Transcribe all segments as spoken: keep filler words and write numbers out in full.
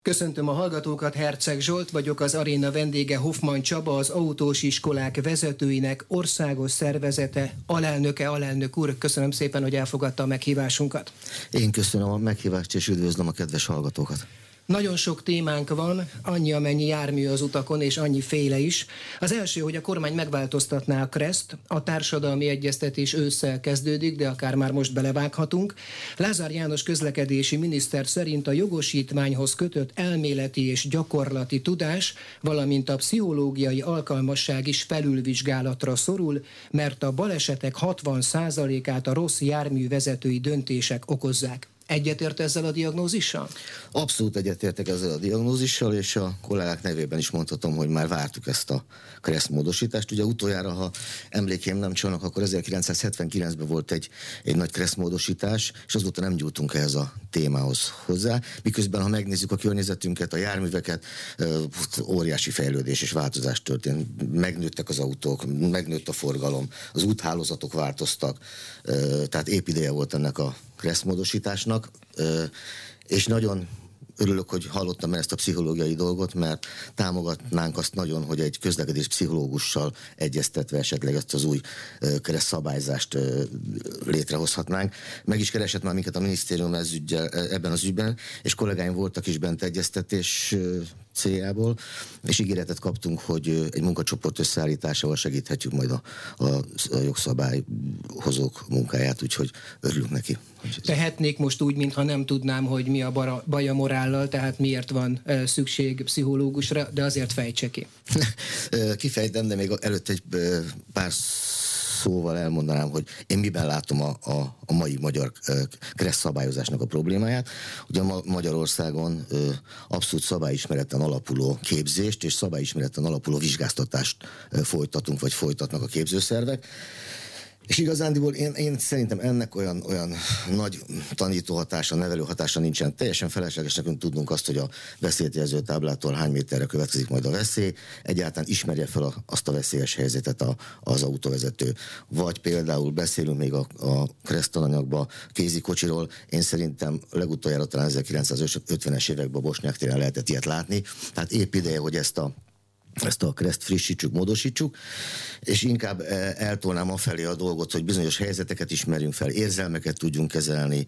Köszöntöm a hallgatókat, Herceg Zsolt vagyok, az aréna vendége Hoffman Csaba, az autós iskolák vezetőinek országos szervezete alelnöke. Alelnök úr, köszönöm szépen, hogy elfogadta a meghívásunkat. Én köszönöm a meghívást, és üdvözlöm a kedves hallgatókat. Nagyon sok témánk van, annyi amennyi jármű az utakon, és annyi féle is. Az első, hogy a kormány megváltoztatná a kreszt, a társadalmi egyeztetés ősszel kezdődik, de akár már most belevághatunk. Lázár János közlekedési miniszter szerint a jogosítványhoz kötött elméleti és gyakorlati tudás, valamint a pszichológiai alkalmasság is felülvizsgálatra szorul, mert a balesetek hatvan százalékát a rossz járművezetői döntések okozzák. Egyetért ezzel a diagnózissal? Abszolút egyetértek ezzel a diagnózissal, és a kollégák nevében is mondhatom, hogy már vártuk ezt a kreszt módosítást. Ugye utoljára, ha emlékeim nem csalnak, akkor ezerkilencszázhetvenkilencben volt egy, egy nagy kreszt módosítás, és azóta nem gyújtunk ehhez a témához hozzá. Miközben, ha megnézzük a környezetünket, a járműveket, óriási fejlődés és változás történt. Megnőttek az autók, megnőtt a forgalom, az úthálózatok változtak, tehát épp ideje volt ennek a kreszt módosításnak, és nagyon örülök, hogy hallottam ezt a pszichológiai dolgot, mert támogatnánk azt nagyon, hogy egy közlekedés pszichológussal egyeztetve esetleg ezt az új kreszt szabályzást létrehozhatnánk. Meg is keresett már minket a minisztérium ez ügyel, ebben az ügyben, és kollégáim voltak is bent egyeztetés céljából, és ígéretet kaptunk, hogy egy munkacsoport összeállításával segíthetjük majd a, a, a jogszabályhozók munkáját, úgyhogy örülünk neki. Tehetnék most úgy, mintha nem tudnám, hogy mi a bara, baj a morállal, tehát miért van uh, szükség pszichológusra, de azért fejtse ki. Kifejtem, de még előtt egy pár szóval elmondanám, hogy én miben látom a, a, a mai magyar kreszt szabályozásnak a problémáját. Ugye ma Magyarországon ö, abszolút szabályismereten alapuló képzést és szabályismereten alapuló vizsgáztatást ö, folytatunk, vagy folytatnak a képzőszervek. És igazándiból én, én szerintem ennek olyan, olyan nagy tanító hatása, nevelő hatása nincsen. Teljesen felesleges nekünk tudnunk azt, hogy a veszélyjelző táblától hány méterre következik majd a veszély, egyáltalán ismerje fel a, azt a veszélyes helyzetet a, az autóvezető. Vagy például beszélünk még a, a keresztananyagba kézikocsiról, én szerintem legutoljára talán ezerkilencszázötvenes években a Bosnyák téren lehetett ilyet látni, tehát épp ideje, hogy ezt a ezt a kreszt frissítsük, módosítsuk, és inkább eltolnám afelé a dolgot, hogy bizonyos helyzeteket ismerjünk fel, érzelmeket tudjunk kezelni.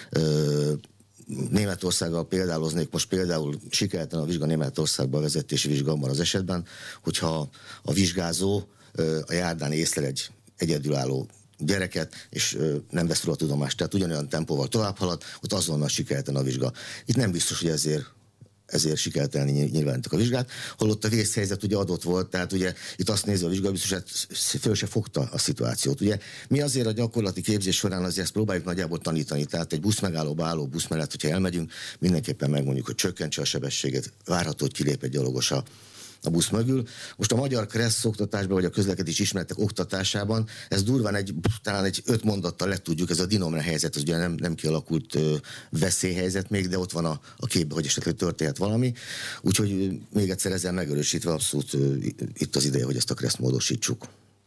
Németországgal példáloznék, most például sikertelen a vizsga Németországban, a vezetési vizsga abban az esetben, hogyha a vizsgázó a járdán észlel egy egyedülálló gyereket, és nem vesz róla tudomást, tehát ugyanolyan tempóval tovább halad, ott azonnal sikertelen a vizsga. Itt nem biztos, hogy ezért ezért sikertelni nyilvánítok a vizsgát, holott a vészhelyzet ugye adott volt, tehát ugye itt azt nézi a vizsgabiztos, hát föl se fogta a szituációt. Ugye mi azért a gyakorlati képzés során azért ezt próbáljuk nagyjából tanítani, tehát egy buszmegállóba álló busz mellett, hogyha elmegyünk, mindenképpen megmondjuk, hogy csökkentse a sebességet, várható, hogy kilép egy gyalogos a a busz mögül. Most a magyar kressz oktatásban, vagy a közlekedés ismeretek oktatásában, ez durván egy, talán egy öt mondattal le tudjuk, ez a dinomre helyzet, az ugye nem, nem kialakult ö, veszélyhelyzet még, de ott van a, a képben, hogy esetleg történhet valami. Úgyhogy még egyszer ezzel megerősítve abszolút ö, itt az ideje, hogy ezt a kreszt módosítsuk.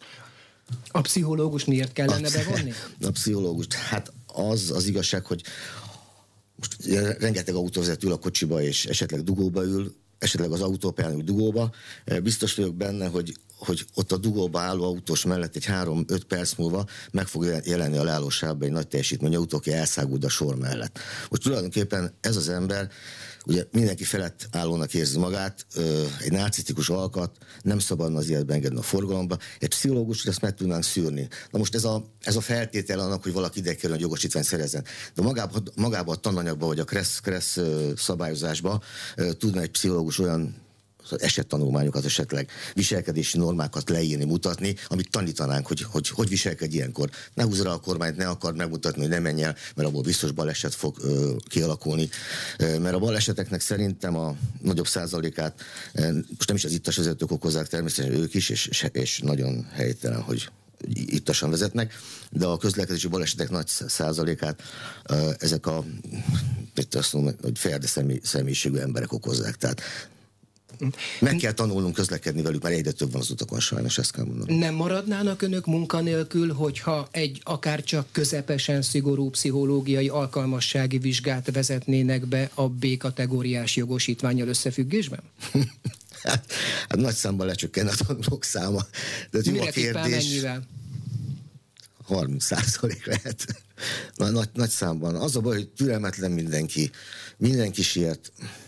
A pszichológus miért kellene a, bevonni? A pszichológust, hát az az igazság, hogy most rengeteg autóvezető ül a kocsiba, és esetleg dugóba ül, esetleg az autópályán dugóba. Biztos vagyok benne, hogy, hogy ott a dugóba álló autós mellett egy három-öt perc múlva meg fog jelenni a leállósávban egy nagy teljesítményű autó, aki elszáguld a sor mellett. Most tulajdonképpen ez az ember ugye mindenki felett állónak érzi magát, egy narcisztikus alkat, nem szabadna az életben engedni a forgalomba. Egy pszichológus, ezt meg tudnánk szűrni. Na most ez a, ez a feltétel annak, hogy valaki ide kerül, hogy jogosítványt szerezzen. De magában, magában a tananyagban, vagy a kressz, kressz szabályozásban tudna egy pszichológus olyan esettanulmányokat, esetleg viselkedési normákat leírni, mutatni, amit tanítanánk, hogy hogy, hogy viselkedj ilyenkor. Ne húzz rá a kormányt, ne akard megmutatni, hogy ne menj el, mert abból biztos baleset fog ö, kialakulni. Ö, mert a baleseteknek szerintem a nagyobb százalékát, ö, most nem is az ittas vezetők okozzák, természetesen ők is, és, és nagyon helytelen, hogy ittasan vezetnek, de a közlekedési balesetek nagy százalékát ö, ezek a, itt azt mondom, hogy ferde személy, személyiségű emberek okozzák. Tehát Meg kell tanulnunk közlekedni velük, mert egyre több van az utakon, sajnos ezt kell mondanom. Nem maradnának önök munkanélkül, hogyha egy akár csak közepesen szigorú pszichológiai alkalmassági vizsgát vezetnének be a B kategóriás jogosítvánnyal összefüggésben? Hát, hát nagy számban lecsökken a tanulók száma. De jó a kérdés. Mennyivel? harminc százalék lehet. Na, nagy, nagy számban. Az a baj, hogy türelmetlen mindenki. Mindenki siet.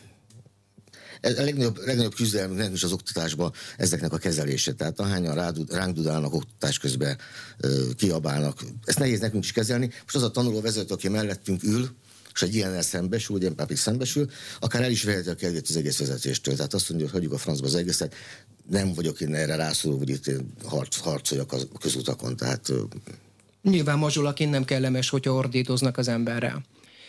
A legnagyobb, legnagyobb küzdelmünk nekünk is az oktatásban ezeknek a kezelése. Tehát ahányan rád, ránk dudálnak oktatás közben, kiabálnak. Ezt nehéz nekünk is kezelni. Most az a tanuló vezető, aki mellettünk ül, és egy ilyennel szembesül, ugye pedig szembesül, akár el is veheti a kedvét az egész vezetéstől. Tehát azt mondja, hogy hagyjuk a francba az egészet, nem vagyok én erre rászóló, hogy itt én harc, harcoljak a közutakon. Tehát... Nyilván mazsolaként nem kellemes, hogyha ordítoznak az emberrel.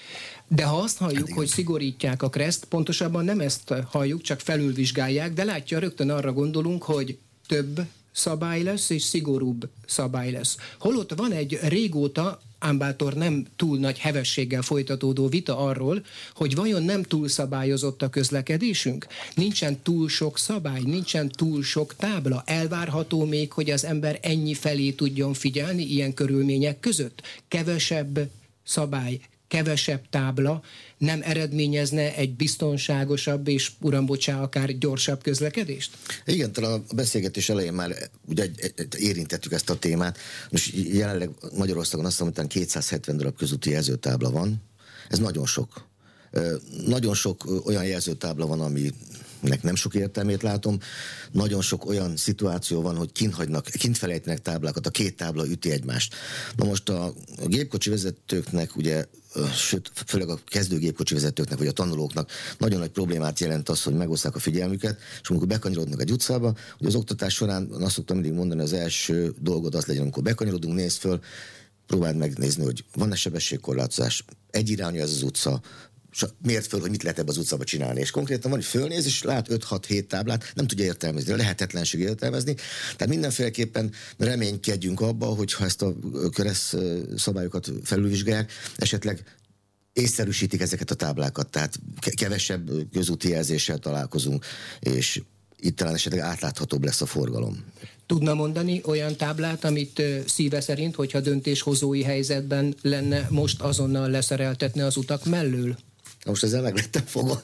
De ha azt halljuk, hát hogy szigorítják a kreszt, pontosabban nem ezt halljuk, csak felülvizsgálják, de látja, rögtön arra gondolunk, hogy több szabály lesz, és szigorúbb szabály lesz. Holott van egy régóta, ám bátor nem túl nagy hevességgel folytatódó vita arról, hogy vajon nem túl szabályozott a közlekedésünk? Nincsen túl sok szabály, nincsen túl sok tábla. Elvárható még, hogy az ember ennyi felé tudjon figyelni ilyen körülmények között? Kevesebb szabály, kevesebb tábla nem eredményezne egy biztonságosabb és, uram bocsá, akár gyorsabb közlekedést? Igen, talán a beszélgetés elején már ugye érintettük ezt a témát. Most jelenleg Magyarországon azt mondtam, hogy kétszázhetven darab közúti jelzőtábla van. Ez nagyon sok. Nagyon sok olyan jelzőtábla van, ami nek nem sok értelmét látom. Nagyon sok olyan szituáció van, hogy kint hagynak, kint felejtenek táblákat, a két tábla üti egymást. Na most a, a gépkocsi vezetőknek, ugye, sőt, főleg a kezdő gépkocsi vezetőknek, vagy a tanulóknak nagyon nagy problémát jelent az, hogy megoszták a figyelmüket, és amikor bekanyarodnak egy utcába, ugye az oktatás során azt szoktam mindig mondani, az első dolgod az legyen, amikor bekanyarodunk, nézd föl, próbáld megnézni, hogy van-e sebességkorlátozás, egy irányú ez az utca, mért föl, hogy mit lehet ebbe az utcába csinálni. És konkrétan van, hogy fölnéz, és lát öt hat hét táblát, nem tudja értelmezni, lehetetlenség értelmezni. Tehát mindenféleképpen reménykedjünk abba, hogyha ezt a kereszt szabályokat felülvizsgálják, esetleg észszerűsítik ezeket a táblákat, tehát kevesebb közúti jelzéssel találkozunk, és itt talán esetleg átláthatóbb lesz a forgalom. Tudna mondani olyan táblát, amit szíve szerint, hogyha döntéshozói helyzetben lenne, most azonnal leszereltetne az utak mellől? Most ezzel meg lettem fogva.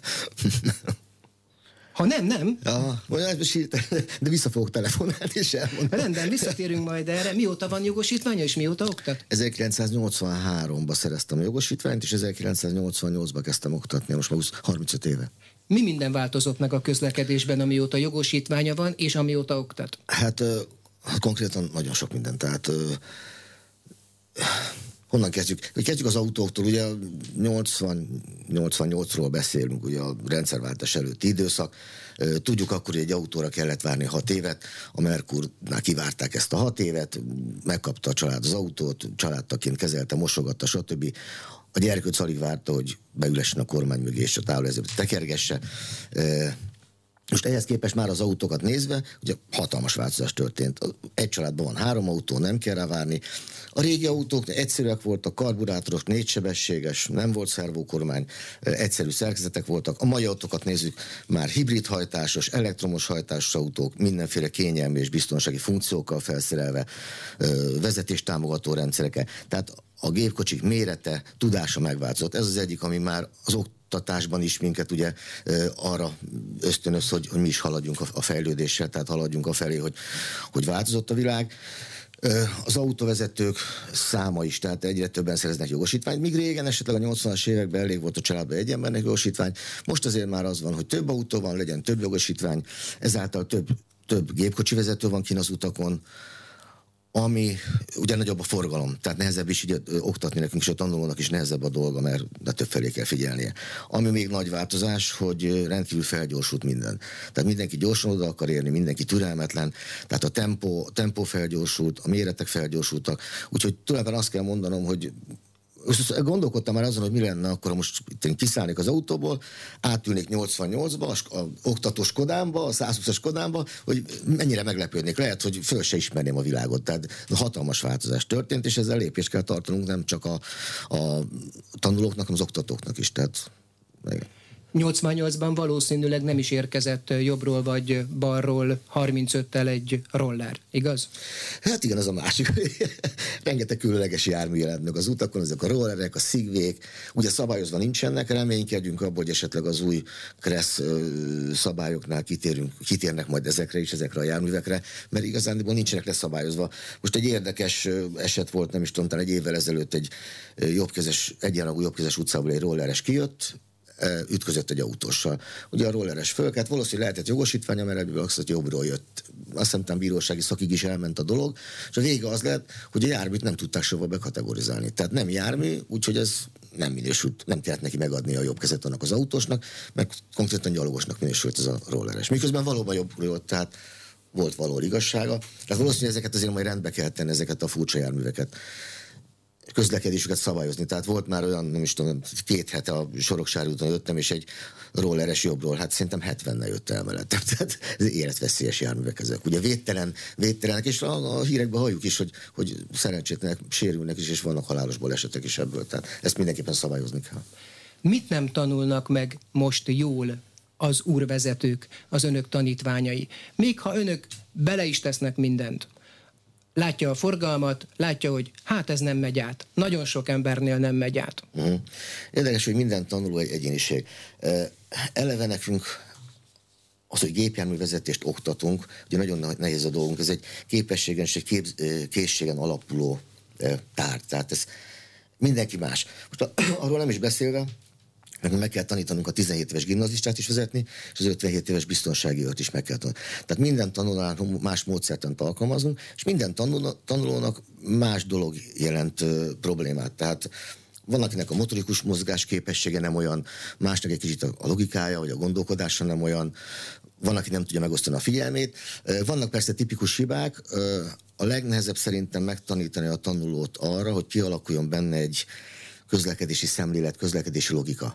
Ha nem, nem. Ja, de vissza fogok telefonálni, és elmondani. Rendben, visszatérünk majd erre. Mióta van jogosítványa, és mióta oktat? ezerkilencszáznyolcvanháromban szereztem a jogosítványt, és ezerkilencszáznyolcvannyolcban kezdtem oktatni, most már harmincöt éve. Mi minden változott meg a közlekedésben, amióta jogosítványa van, és amióta oktat? Hát, hát konkrétan nagyon sok minden. Tehát honnan kezdjük? Kezdjük az autóktól, ugye nyolcvan nyolcvannyolcról beszélünk, ugye a rendszerváltás előtti időszak. Tudjuk akkor, hogy egy autóra kellett várni hat évet, a Merkurnál kivárták ezt a hat évet, megkapta a család az autót, családtaként kezelte, mosogatta, stb. A gyerkőc alig várta, hogy beülessen a kormány mögé, és a távlezőt tekergesse. Most ehhez képest már az autókat nézve, ugye hatalmas változás történt. Egy családban van három autó, nem kell rá várni. A régi autók egyszerűek voltak, karburátoros, négysebességes, nem volt szervókormány, egyszerű szerkezetek voltak. A mai autókat nézzük, már hibrid hajtásos, elektromos hajtásos autók, mindenféle kényelmi és biztonsági funkciókkal felszerelve, vezetéstámogató rendszerekkel. Tehát a gépkocsik mérete, tudása megváltozott. Ez az egyik, ami már az oktatásban is minket ugye arra ösztönöz, hogy, hogy mi is haladjunk a fejlődéssel, tehát haladjunk afelé, hogy, hogy változott a világ. Az autóvezetők száma is, tehát egyre többen szereznek jogosítványt, míg régen esetleg a nyolcvanas években elég volt a családban egy embernek jogosítvány. Most azért már az van, hogy több autó van, legyen több jogosítvány, ezáltal több, több gépkocsi vezető van kint az utakon, ami ugye nagyobb a forgalom, tehát nehezebb is így oktatni nekünk, és a tanulónak is nehezebb a dolga, mert de több felé kell figyelnie. Ami még nagy változás, hogy rendkívül felgyorsult minden. Tehát mindenki gyorsan oda akar érni, mindenki türelmetlen, tehát a tempó, tempó felgyorsult, a méretek felgyorsultak, úgyhogy tulajdonképpen azt kell mondanom, hogy gondolkodtam már azon, hogy mi lenne akkor, most itt kiszállnék az autóból, átülnék nyolcvannyolcba, a, a oktatós Kodámba, a százhúszas Kodámba, hogy mennyire meglepődnék. Lehet, hogy föl se ismerném a világot. Tehát hatalmas változás történt, és ezzel lépést kell tartanunk nem csak a, a tanulóknak, hanem az oktatóknak is. Tehát, igen. nyolcvannyolcban valószínűleg nem is érkezett jobbról vagy balról harmincöttel egy roller, igaz? Hát igen, az a másik. Rengeteg különleges jármű jelent meg az utakon, ezek a rollerek, a szigvék. Ugye szabályozva nincsenek, reménykedjünk abban, hogy esetleg az új Kressz szabályoknál kitérünk, kitérnek majd ezekre is, ezekre a járművekre, mert igazándiból nincsenek leszabályozva. Most egy érdekes eset volt, nem is tudom, talán egy évvel ezelőtt egy jobbkezes, egyenrangú jobbkezes utcából egy rolleres kijött, ütközött egy autóssal. Ugye a rolleres fölkelt, valószínűleg lehetett jogosítványa, mert ebből azt jobbról jött. Azt hiszem, bírósági szakig is elment a dolog, és a vége az lett, hogy a járműt nem tudták soha bekategorizálni. Tehát nem jármű, úgyhogy ez nem minősült, nem kellett neki megadni a jobb kezet annak az autósnak, mert konkrétan gyalogosnak minősült ez a rolleres. Miközben valóban jobbról jött, tehát volt való igazsága. Tehát valószínűleg ezeket azért majd rendbe kell tenni, ezeket a furcsa járműveket, közlekedésüket szabályozni. Tehát volt már olyan, nem is tudom, két hete a Soroksári úton jöttem, és egy rolleres jobbról, hát szerintem hetvennel jött el mellettem. Tehát ez életveszélyes járművek ezek. Ugye védtelen, védtelenek, és a, a hírekben halljuk is, hogy, hogy szerencsétlenek sérülnek is, és vannak halálos balesetek is ebből. Tehát ezt mindenképpen szabályozni kell. Mit nem tanulnak meg most jól az úrvezetők, az önök tanítványai? Még ha önök bele is tesznek mindent, látja a forgalmat, látja, hogy hát ez nem megy át. Nagyon sok embernél nem megy át. Uh-huh. Érdekes, hogy minden tanuló egy egyéniség. Uh, eleve nekünk az, hogy gépjárművezetést oktatunk, ugye nagyon nehéz a dolgunk, ez egy képességen és egy kép, készségen alapuló uh, tárgy. Tehát ez mindenki más. Most a, arról nem is beszélve, nekünk meg kell tanítanunk a tizenhét éves gimnazistát is vezetni, és az ötvenhét éves biztonsági őrt is meg kell tanulni. Tehát minden tanulónak más módszertant alkalmazunk, és minden tanulónak más dolog jelent uh, problémát. Tehát van, akinek a motorikus mozgás képessége nem olyan, másnak egy kicsit a logikája, vagy a gondolkodása nem olyan, van, aki nem tudja megosztani a figyelmét. Vannak persze tipikus hibák, a legnehezebb szerintem megtanítani a tanulót arra, hogy kialakuljon benne egy közlekedési szemlélet, közlekedési logika.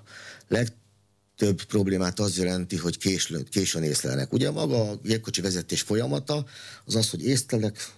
Legtöbb problémát az jelenti, hogy későn, későn észlelnek. Ugye maga a gépkocsi vezetés folyamata az az, hogy észlelek,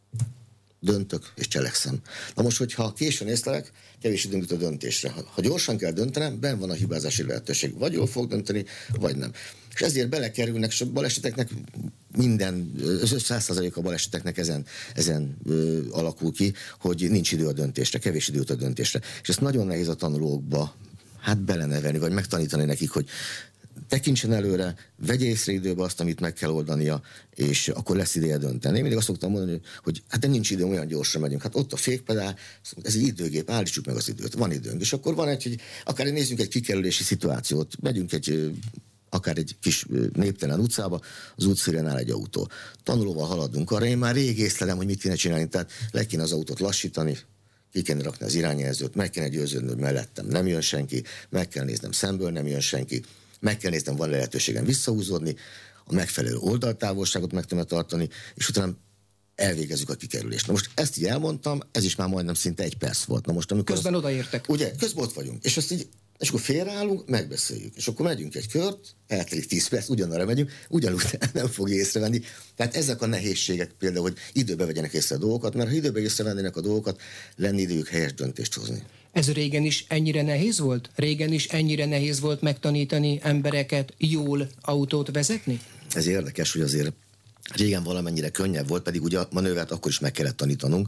döntök és cselekszem. Na most, hogyha későn észlelek, kevés időm jut a döntésre. Ha gyorsan kell döntenem, benn van a hibázási lehetőség. Vagy jól fog dönteni, vagy nem. És ezért belekerülnek, és a baleseteknek minden, száz százalék a baleseteknek ezen, ezen ö, alakul ki, hogy nincs idő a döntésre, kevés idő a döntésre. És ezt nagyon nehéz a tanulókba hát belenevelni, vagy megtanítani nekik, hogy tekintsen előre, vegye észre időbe azt, amit meg kell oldania, és akkor lesz ideje dönteni. Én mindig azt szoktam mondani, hogy hát de nincs időm, olyan gyorsan megyünk. Hát ott a fékpedál, ez egy időgép, állítsuk meg az időt, van időnk. És akkor van egy, hogy akár nézzünk egy kikerülési szituációt, megyünk egy akár egy kis néptelen utcába, az útszélén áll egy autó. Tanulóval haladunk arra, én már rég észlelem, hogy mit kéne csinálni, tehát le kéne az autót lassítani, ki kéne rakni az irányjelzőt, meg kéne győződni, hogy mellettem nem jön senki, meg kell néznem szemből, nem jön senki, meg kell néznem, van lehetőségem visszahúzódni, a megfelelő oldaltávolságot meg tudom tartani, és utána elvégezzük a kikerülést. Na most ezt így elmondtam, ez is már majdnem szinte egy perc volt. Na most, amikor közben az, odaértek. Ugye, közben ott vagyunk, és azt így, és akkor félreállunk, megbeszéljük, és akkor megyünk egy kört, eltelik tíz perc, ugyanarra megyünk, ugyanúgy nem fog észrevenni. Tehát ezek a nehézségek például, hogy időbe vegyenek észre a dolgokat, mert ha időbe észrevennének a dolgokat, lenne időjük helyes döntést hozni. Ez régen is ennyire nehéz volt? Régen is ennyire nehéz volt megtanítani embereket jól autót vezetni? Ez érdekes, hogy azért régen valamennyire könnyebb volt, pedig ugye a manővert akkor is meg kellett tanítanunk,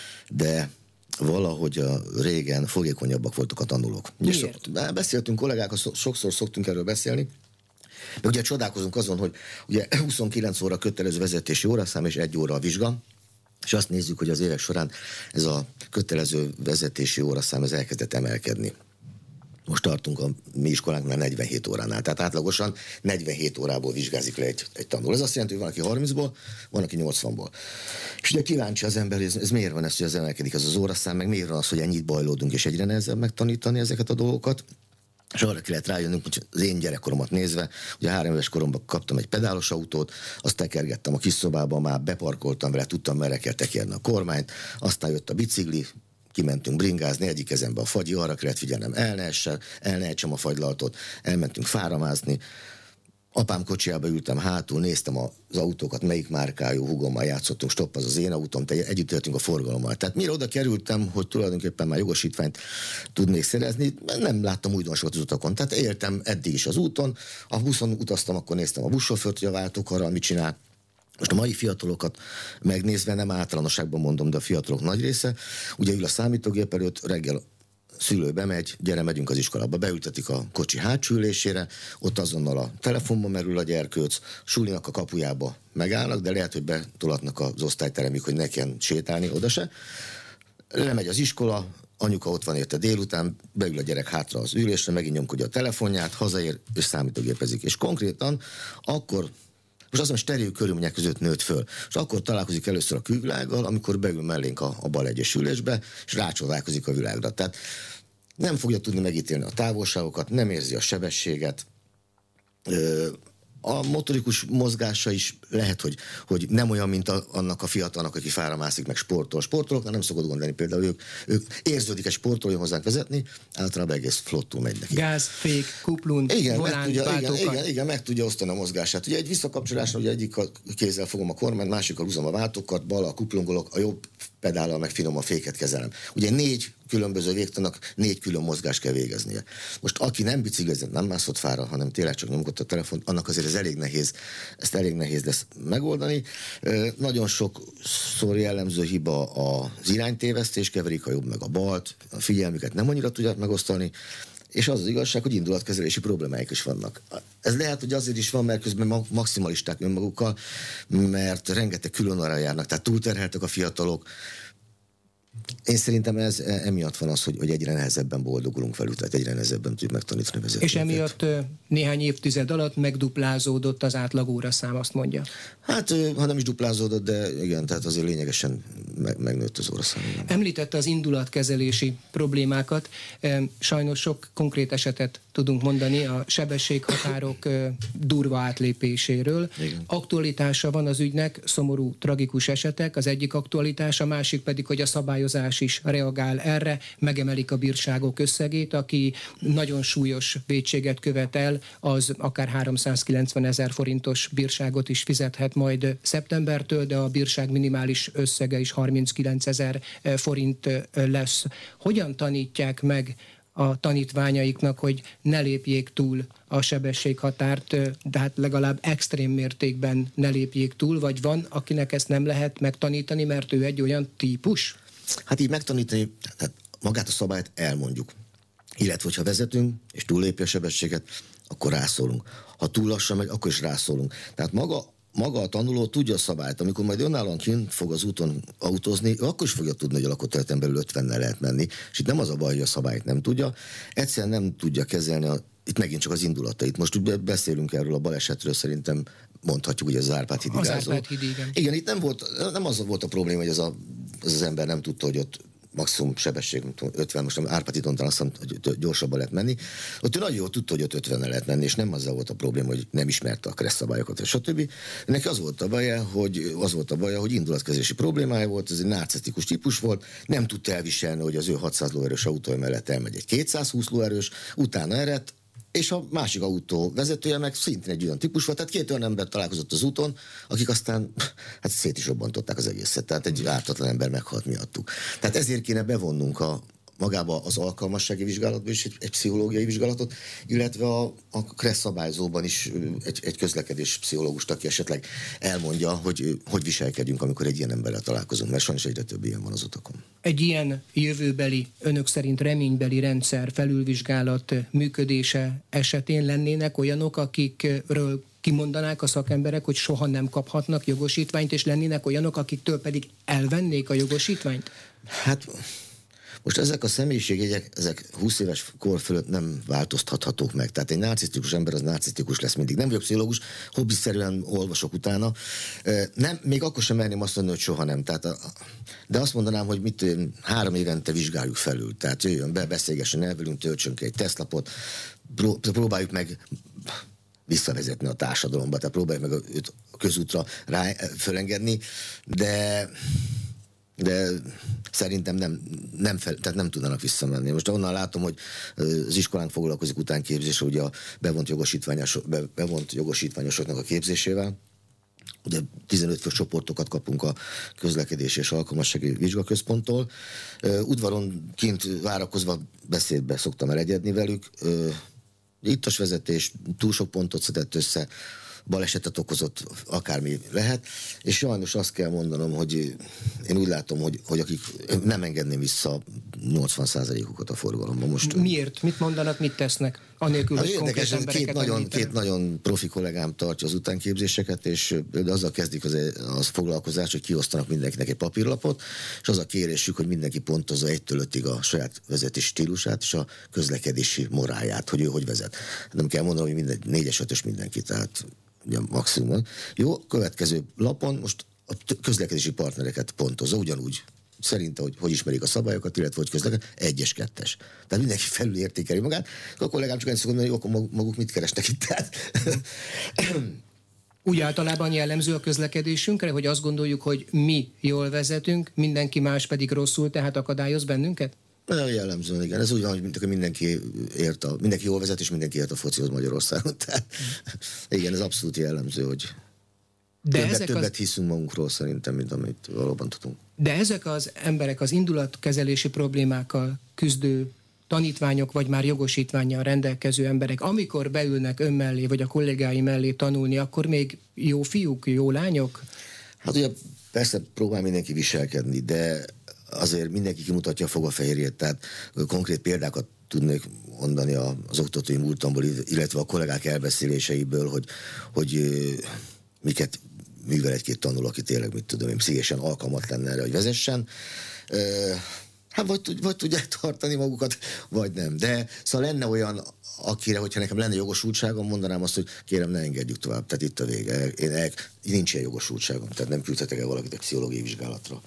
de valahogy a régen fogékonyabbak voltak a tanulók. Miért? És beszéltünk kollégákkal, sokszor szoktunk erről beszélni, de ugye csodálkozunk azon, hogy ugye huszonkilenc óra kötelező vezetési óraszám és egy óra a vizsga, és azt nézzük, hogy az évek során ez a kötelező vezetési óraszám ez elkezdett emelkedni. Most tartunk a mi iskolánknál negyvenhét óránál, tehát átlagosan negyvenhét órából vizsgázik le egy, egy tanuló. Ez azt jelenti, hogy van, aki harmincból, van, aki nyolcvanból. És ugye kíváncsi az ember, hogy ez, ez miért van ez, hogy ez emelkedik ez az óraszám, meg miért van az, hogy ennyit bajlódunk, és egyre nehezebb megtanítani ezeket a dolgokat. És arra ki lehet rájönnünk, hogy az én gyerekkoromat nézve, ugye három éves koromban kaptam egy pedálos autót, azt tekergettem a kis szobában, már beparkoltam vele, tudtam, merre kell tekerni a kormányt, aztán jött a bicikli, kimentünk bringázni, egyik kezembe a fagyi, arra kellett figyelnem, el ne essem, el ne ejtsem a fagylaltot, elmentünk fáramázni, apám kocsiába ültem hátul, néztem az autókat, melyik márkájú, húgommal játszottunk, stopp, az az én autóm, te együtt éltünk a forgalommal. Tehát mire oda kerültem, hogy tulajdonképpen már jogosítványt tudnék szerezni, nem láttam újdonságot az utakon. Tehát éltem eddig is az úton, a buszon utaztam, akkor néztem a buszsofőrt, hogy a váltókarral mit csinál. Most a mai fiatalokat megnézve, nem általánosságban mondom, de a fiatalok nagy része, ugye ül a számítógép előtt, reggel szülő bemegy, gyere, megyünk az iskolába, beültetik a kocsi hátsó ülésére, ott azonnal a telefonban merül a gyerkőc, sulinak a kapujába megállnak, de lehet, hogy betolatnak az osztályteremig, hogy ne kelljen sétálni, oda se. Lemegy az iskola, anyuka ott van érte délután, beül a gyerek hátra az ülésre, megint nyomkodja a telefonját, hazaér, és számítógépezik. És konkrétan akkor most azt mondom, steril körülmények között nőtt föl. És akkor találkozik először a külvilággal, amikor beül mellénk a, a bal egyes ülésbe, és rácsodálkozik a világra. Tehát nem fogja tudni megítélni a távolságokat, nem érzi a sebességet. A motorikus mozgása is lehet, hogy, hogy nem olyan, mint a, annak a fiatalnak, aki fára mászik, meg sportol. Sportolóknak nem szokott gondolni, például ők, ők érződik egy sportoló hozzánk vezetni, általában egész flottul megy neki. Gáz, fék, kuplun, igen, volán, meg tudja, igen, váltókat. igen, igen, meg tudja osztani a mozgását. Ugye egy visszakapcsolásnál, ugye egyik kézzel fogom a kormányt, másikkal húzom a váltókat, bal a kuplungolok, a jobb pedállal meg finom a féket kezelem. Ugye négy különböző végtanak négy külön mozgást kell végeznie. Most aki nem biciklizett, nem mászott fára, hanem tényleg csak nyomkodta a telefont, annak azért ez elég nehéz, ezt elég nehéz lesz megoldani. E, nagyon sokszor jellemző hiba az iránytévesztés, keverik a jobb meg a balt, a figyelmüket nem annyira tudják megosztani, és az az igazság, hogy indulatkezelési problémáik is vannak. Ez lehet, hogy azért is van, mert közben maximalisták önmagukkal, mert rengeteg különarra járnak, tehát túlterheltek a fiatalok. Én szerintem ez emiatt van az, hogy, hogy egyre nehezebben boldogulunk velük, tehát egyre nehezebben tudjuk megtanítani vezetni. És emiatt néhány évtized alatt megduplázódott az átlag óraszám, azt mondja. Hát, ha nem is duplázódott, de igen, tehát azért lényegesen meg, megnőtt az óraszám. Említette az indulatkezelési problémákat. Sajnos sok konkrét esetet tudunk mondani a sebességhatárok durva átlépéséről. Igen. Aktualitása van az ügynek, szomorú, tragikus esetek. Az egyik aktualitás, a másik pedig, hogy a szabályozás is reagál erre, megemelik a bírságok összegét, aki nagyon súlyos vétséget követel, az akár háromszázkilencven ezer forintos bírságot is fizethet majd szeptembertől, de a bírság minimális összege is harminckilenc ezer forint lesz. Hogyan tanítják meg a tanítványaiknak, hogy ne lépjék túl a sebességhatárt, de hát legalább extrém mértékben ne lépjék túl, vagy van, akinek ezt nem lehet megtanítani, mert ő egy olyan típus? Hát így megtanítani, tehát magát a szabályt elmondjuk. Illetve, hogyha vezetünk, és túllépi a sebességet, akkor rászólunk. Ha túl lassan megy, akkor is rászólunk. Tehát maga Maga a tanuló tudja a szabályt, amikor majd önállóan kint fog az úton autózni, ő akkor is fogja tudni, hogy a lakóterületen belül ötvennel lehet menni. És itt nem az a baj, hogy a szabályt nem tudja, egyszerűen nem tudja kezelni a, itt megint csak az indulatait. Most úgy beszélünk erről a balesetről, szerintem mondhatjuk, hogy az Árpád hídigázó. Az Árpád híd, igen. Igen, itt nem, volt, nem az volt a probléma, hogy az, a, az, az ember nem tudta, hogy ott maximum sebesség, ötven, most Árpád hídon talán azt mondta, hogy gyorsabban lehet menni. Ott ő nagyon jól tudta, hogy ott ötvennel lehet menni, és nem azzal volt a probléma, hogy nem ismerte a keresszabályokat, stb. Neki az volt a baja, hogy, az volt a baja, hogy indulatkezési problémája volt, ez egy narcisztikus típus volt, nem tudta elviselni, hogy az ő hatszáz lóerős autója mellett elmegy egy kétszázhúsz lóerős, utána eredt, és a másik autó vezetője meg szintén egy olyan típus volt, tehát két olyan ember találkozott az úton, akik aztán hát szét is robbantották az egészet, tehát egy ártatlan ember meghalt miattuk. Tehát ezért kéne bevonnunk a magába az alkalmassági vizsgálatban is egy, egy pszichológiai vizsgálatot, illetve a, a kressz szabályzóban is egy, egy közlekedés pszichológust, aki esetleg elmondja, hogy hogy viselkedjünk, amikor egy ilyen emberrel találkozunk, mert sajnos egyre több ilyen van az utakon. Egy ilyen jövőbeli, önök szerint reménybeli rendszer felülvizsgálat működése esetén lennének olyanok, akikről kimondanák a szakemberek, hogy soha nem kaphatnak jogosítványt, és lennének olyanok, akiktől pedig elvennék a jogosítványt? Hát most ezek a személyiségjegyek, ezek húsz éves kor fölött nem változtathatók meg. Tehát egy narcisztikus ember az narcisztikus lesz mindig. Nem vagyok pszichológus, hobbiszerűen olvasok utána. Nem, még akkor sem merném azt mondani, hogy soha nem. Tehát a, de azt mondanám, hogy mit három évente vizsgáljuk felül. Tehát jöjjön be, beszélgessen el velünk, töltsön ki egy tesztlapot, próbáljuk meg visszavezetni a társadalomba, tehát próbáljuk meg őt a közútra rá fölengedni, de de szerintem nem, nem, fel, tehát nem tudnának visszamenni. Most onnan látom, hogy az iskolánk foglalkozik utánképzésre, ugye a bevont, jogosítványos, bevont jogosítványosoknak a képzésével. Ugye tizenöt fő csoportokat kapunk a közlekedési és alkalmassági vizsgaközponttól. Udvaron kint várakozva beszédbe szoktam elegyedni velük. Ittas vezetés, túl sok pontot szedett össze, balesetet okozott, akármi lehet, és sajnos azt kell mondanom, hogy én úgy látom, hogy, hogy akik nem engedném vissza nyolcvan százalékukat a forgalomban. Most, miért? Mit mondanak, mit tesznek? Anélkül, hát hogy érdekes, konkrét két nagyon, említenek. két nagyon profi kollégám tartja az utánképzéseket, és azzal kezdik az, az foglalkozás, hogy kiosztanak mindenkinek egy papírlapot, és az a kérésük, hogy mindenki pontozza egytől ötig a saját vezetési stílusát és a közlekedési morálját, hogy ő hogy vezet. Nem kell mondanom, hogy minden négyes, ötös mindenki, tehát ugye maximum. Jó, következő lapon most a közlekedési partnereket pontozza, ugyanúgy szerint, hogy hogy ismerik a szabályokat, illetve hogy közlekedik, egyes, kettes. Tehát mindenki felül értékeli magát. A kollégám csak ennyit szokott mondani, hogy akkor maguk mit keresnek itt. Tehát. Úgy általában jellemző a közlekedésünkre, hogy azt gondoljuk, hogy mi jól vezetünk, mindenki más pedig rosszul, tehát akadályoz bennünket? Nagyon jellemzően, igen. Ez úgy van, hogy mindenki ért a, mindenki jól vezet, és mindenki ért a focihoz Magyarországon. Tehát, igen, ez abszolút jellemző, hogy de többet, ezek többet az... hiszünk magunkról szerintem, mint amit valóban tudunk. De ezek az emberek az indulatkezelési problémákkal küzdő tanítványok, vagy már jogosítvánnyal rendelkező emberek, amikor beülnek ön mellé, vagy a kollégái mellé tanulni, akkor még jó fiúk, jó lányok? Hát ugye persze próbál mindenki viselkedni, de azért mindenki kimutatja a fogafehérjét, tehát konkrét példákat tudnék mondani az oktatói múltamból, illetve a kollégák elbeszéléseiből, hogy, hogy miket művel egy-két tanul, aki tényleg, mit tudom én, pszichésen alkalmat lenne erre, hogy vezessen. Hát vagy, vagy tudják tartani magukat, vagy nem. De szóval lenne olyan, akire, hogyha nekem lenne jogosultságom, mondanám azt, hogy kérem, ne engedjük tovább, tehát itt a vége. Én, én, nincs ilyen jogosultságom, tehát nem küldhetek el valakit egy pszichológiai vizsgálatra.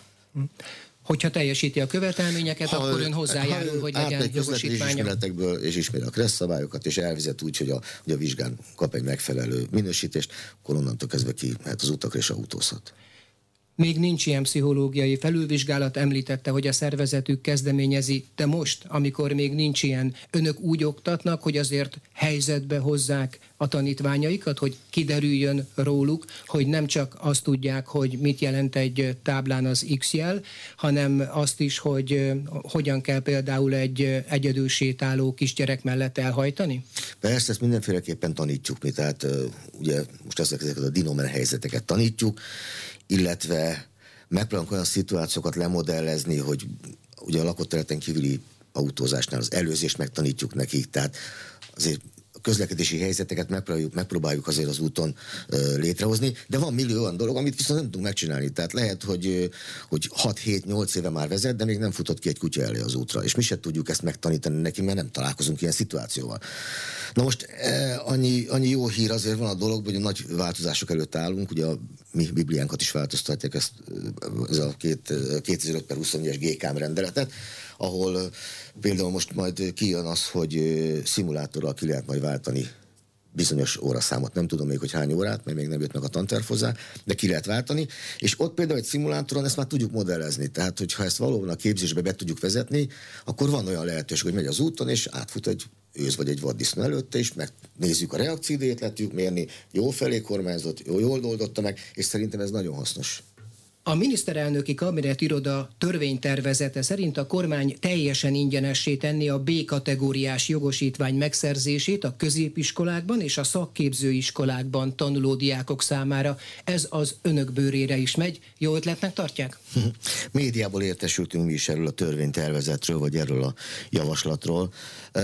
Hogyha teljesíti a követelményeket, ha, akkor ön hozzájárul, hogy legyen jogosítványa. És ismeri a kressz szabályokat, és elvezet úgy, hogy a, hogy a vizsgán kap egy megfelelő minősítést, akkor onnantól kezdve ki mehet az utakra és autózhat. Még nincs ilyen pszichológiai felülvizsgálat, említette, hogy a szervezetük kezdeményezi, de most, amikor még nincs ilyen, önök úgy oktatnak, hogy azért helyzetbe hozzák a tanítványaikat, hogy kiderüljön róluk, hogy nem csak azt tudják, hogy mit jelent egy táblán az X-jel, hanem azt is, hogy hogyan kell például egy egyedül sétáló kisgyerek mellett elhajtani? Persze, ezt mindenféleképpen tanítjuk mi, tehát ugye most ezeket a dinomen helyzeteket tanítjuk, illetve megpróbálunk olyan szituációkat lemodellezni, hogy ugye a lakott területen kívüli autózásnál az előzést megtanítjuk nekik, tehát azért a közlekedési helyzeteket megpróbáljuk, megpróbáljuk azért az úton ö, létrehozni, de van millió olyan dolog, amit viszont nem tudunk megcsinálni. Tehát lehet, hogy, hogy hat-hét-nyolc éve már vezet, de még nem futott ki egy kutya elé az útra, és mi se tudjuk ezt megtanítani neki, mert nem találkozunk ilyen szituációval. Na most eh, annyi, annyi jó hír azért van a dologban, hogy a nagy változások előtt állunk, ugye a mi Bibliánkat is változtatják, ezt, ez a két, kétezer-öt per huszonnégyes gé ká em rendeletet, ahol például most majd kijön az, hogy szimulátorral ki lehet majd váltani bizonyos óraszámot. Nem tudom még, hogy hány órát, mert még nem jött meg a tanterv hozzá, de ki lehet váltani, és ott például egy szimulátoron ezt már tudjuk modellezni. Tehát, hogyha ezt valóban a képzésbe be tudjuk vezetni, akkor van olyan lehetőség, hogy megy az úton, és átfut egy őz vagy egy vaddisznó előtte, és megnézzük a reakcióidejét, le tudjuk mérni, jó felé kormányzott, jó, jól oldotta meg, és szerintem ez nagyon hasznos. A miniszterelnöki kabinetiroda törvénytervezete szerint a kormány teljesen ingyenessé tenni a B kategóriás jogosítvány megszerzését a középiskolákban és a szakképzőiskolákban tanuló diákok számára. Ez az önök bőrére is megy. Jó ötletnek tartják? Médiából értesültünk mi is erről a törvénytervezetről, vagy erről a javaslatról.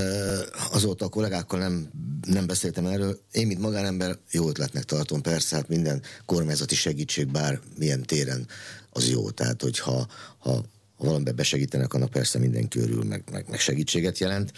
Azóta a kollégákkal nem, nem beszéltem erről. Én, mint magánember, jó ötletnek tartom, persze, hát minden kormányzati segítség bár milyen téren az jó. Tehát, hogyha ha, ha valamiben besegítenek, annak persze mindenki örül, meg, meg, meg segítséget jelent.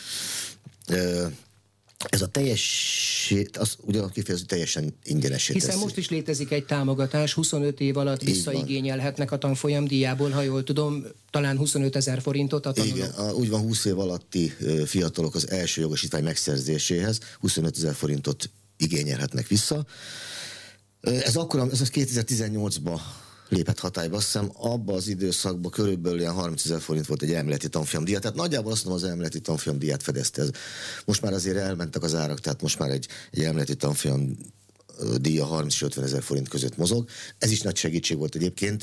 Ez a teljes, az ugye kifejező teljesen ingyenesé teszi. Hiszen most is létezik egy támogatás, huszonöt év alatt visszaigényelhetnek a tanfolyam díjából, ha jól tudom, talán huszonöt ezer forintot a tanulók. Igen, a, úgy van, húsz év alatti fiatalok az első jogosítvány megszerzéséhez huszonöt ezer forintot igényelhetnek vissza. Ez akkor, ez az kétezer-tizennyolcban lépett hatályba. Azt hiszem abban az időszakban körülbelül ilyen harmincezer forint volt egy elméleti tanfolyamdíja. Tehát nagyjából azt mondom, az elméleti tanfolyamdíját fedezte ez. Most már azért elmentek az árak, tehát most már egy, egy elméleti tanfolyam díja harminc és ötven ezer forint között mozog. Ez is nagy segítség volt egyébként,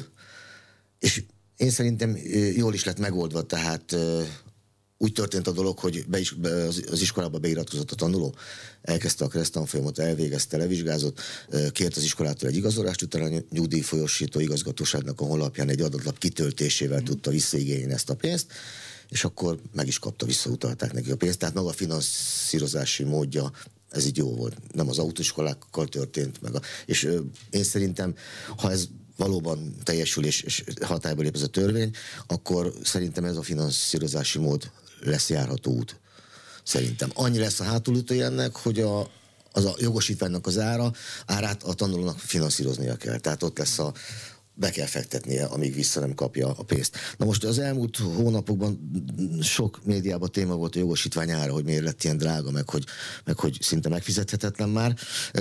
és én szerintem jól is lett megoldva, tehát úgy történt a dolog, hogy be is, be az iskolába beiratkozott a tanuló, elkezdte a kereszttanfolyamot, elvégezte, levizsgázott, kért az iskolától egy igazolást, utána a nyugdíjfolyósító igazgatóságnak a honlapján egy adatlap kitöltésével mm. tudta visszaigényelni ezt a pénzt, és akkor meg is kapta, visszautalták neki a pénzt. Tehát maga a finanszírozási módja, ez így jó volt. Nem az autóiskolákkal történt meg. A, és ö, én szerintem, ha ez valóban teljesül és, és hatályba lép ez a törvény, akkor szerintem ez a finanszírozási mód lesz járható út. Szerintem. Annyi lesz a hátulütője ennek, hogy a, az a jogosítványnak az ára, árát a tanulónak finanszíroznia kell. Tehát ott lesz a be kell fektetnie, amíg vissza nem kapja a pénzt. Na most az elmúlt hónapokban sok médiában téma volt a jogosítvány ára, hogy miért lett ilyen drága, meg hogy, meg hogy szinte megfizethetetlen már.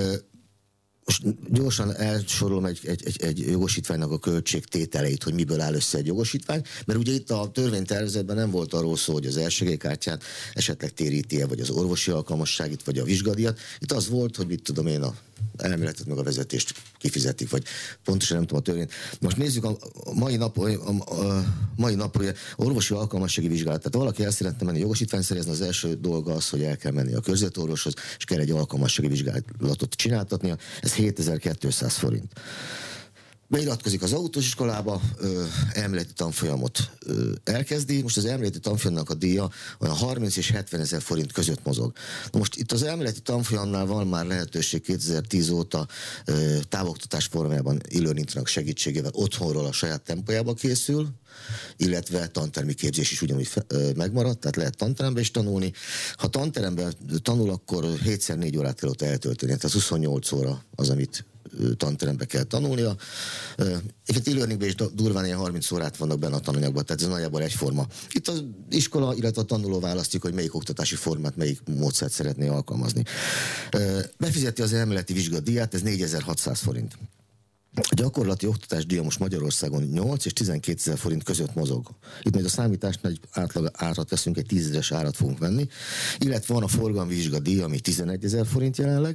Most gyorsan elsorolom egy, egy, egy, egy jogosítványnak a költségtételeit, hogy miből áll össze egy jogosítvány, mert ugye itt a törvénytervezetben nem volt arról szó, hogy az elsegélykártyát esetleg téríti-e, vagy az orvosi alkalmasságit, vagy a vizsgadíjat. Itt az volt, hogy mit tudom én, a elméletet meg a vezetést kifizetik, vagy pontosan nem tudom a törvényt. Most nézzük a mai nap, a, a mai napról, orvosi alkalmassági vizsgálat. Tehát valaki el szeretne menni jogosítványt szerezni, az első dolga az, hogy el kell menni a körzetorvoshoz, és kell egy alkalmassági vizsgálatot csináltatnia. Ez hétezer-kétszáz forint. Beiratkozik az autós iskolába, ö, elméleti tanfolyamot ö, elkezdi. Most az elméleti tanfolyamnak a díja olyan harminc és hetven ezer forint között mozog. Na most itt az elméleti tanfolyamnál van már lehetőség kétezer-tíz óta ö, távoktatás formájában e-learning segítségével otthonról a saját tempójába készül, illetve tantermi képzés is ugyanúgy ö, megmaradt, tehát lehet tanterembe is tanulni. Ha tanteremben tanul, akkor hétszer négy órát kell ott eltölteni, tehát huszonnyolc óra az, amit tanterembe kell tanulnia. Itt e-learningben is durván ilyen harminc órát vannak benne a tananyagban, tehát ez nagyjából egyforma. Itt az iskola, illetve a tanuló választjuk, hogy melyik oktatási formát, melyik módszert szeretné alkalmazni. Befizeti az elméleti vizsgadíjat, ez négyezer-hatszáz forint. A gyakorlati oktatás díja most Magyarországon nyolc és tizenkétezer forint között mozog. Itt majd a számításnál egy átlag árat veszünk, egy tízezeres árat fogunk venni, illetve van a forgalmi vizsgadíja, ami tizenegyezer forint jelenleg,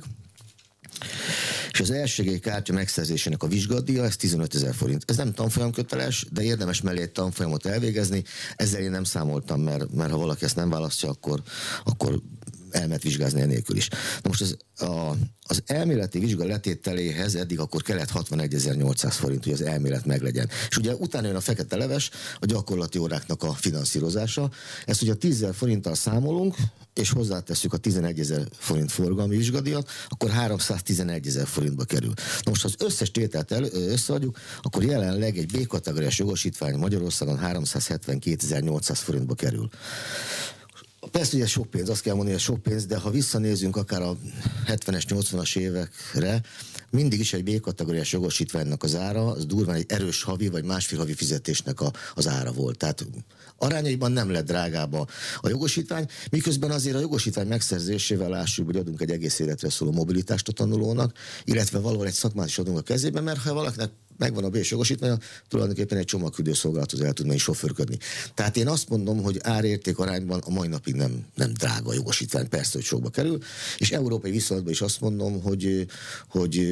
és az elsegélykártya megszerzésének a vizsgadíja, ez tizenötezer forint. Ez nem tanfolyamköteles, de érdemes mellé egy tanfolyamot elvégezni. Ezzel én nem számoltam, mert, mert ha valaki ezt nem választja, akkor, akkor elmehet vizsgázni enélkül is. Na most az, a, az elméleti vizsga letételéhez eddig akkor kellett hatvanegyezer-nyolcszáz forint, hogy az elmélet meglegyen. És ugye utána jön a fekete leves, a gyakorlati óráknak a finanszírozása. Ezt ugye tízezer forinttal számolunk, és hozzátesszük a tizenegyezer forint forgalmi vizsgadíjat, akkor háromszáztizenegyezer forintba kerül. Na most, ha az összes tételt el, összeadjuk, akkor jelenleg egy B-kategóriás jogosítvány Magyarországon háromszázhetvenkétezer-nyolcszáz forintba kerül. Persze, hogy ez sok pénz, azt kell mondani, hogy ez sok pénz, de ha visszanézünk akár a hetvenes, nyolcvanas évekre, mindig is egy B-kategóriás jogosítványnak az ára, az durván egy erős havi vagy másfél havi fizetésnek a, az ára volt. Tehát arányaiban nem lett drágább a, a jogosítvány, miközben azért a jogosítvány megszerzésével lássuk, hogy adunk egy egész életre szóló mobilitást a tanulónak, illetve valahol egy szakmát is adunk a kezébe, mert ha valakinek megvan a B-s jogosítványa, tulajdonképpen egy csomagküldő szolgálathoz el tud menni sofőrködni. Tehát én azt mondom, hogy árérték arányban a mai napig nem, nem drága a jogosítvány, persze, hogy sokba kerül, és európai viszonylatban is azt mondom, hogy, hogy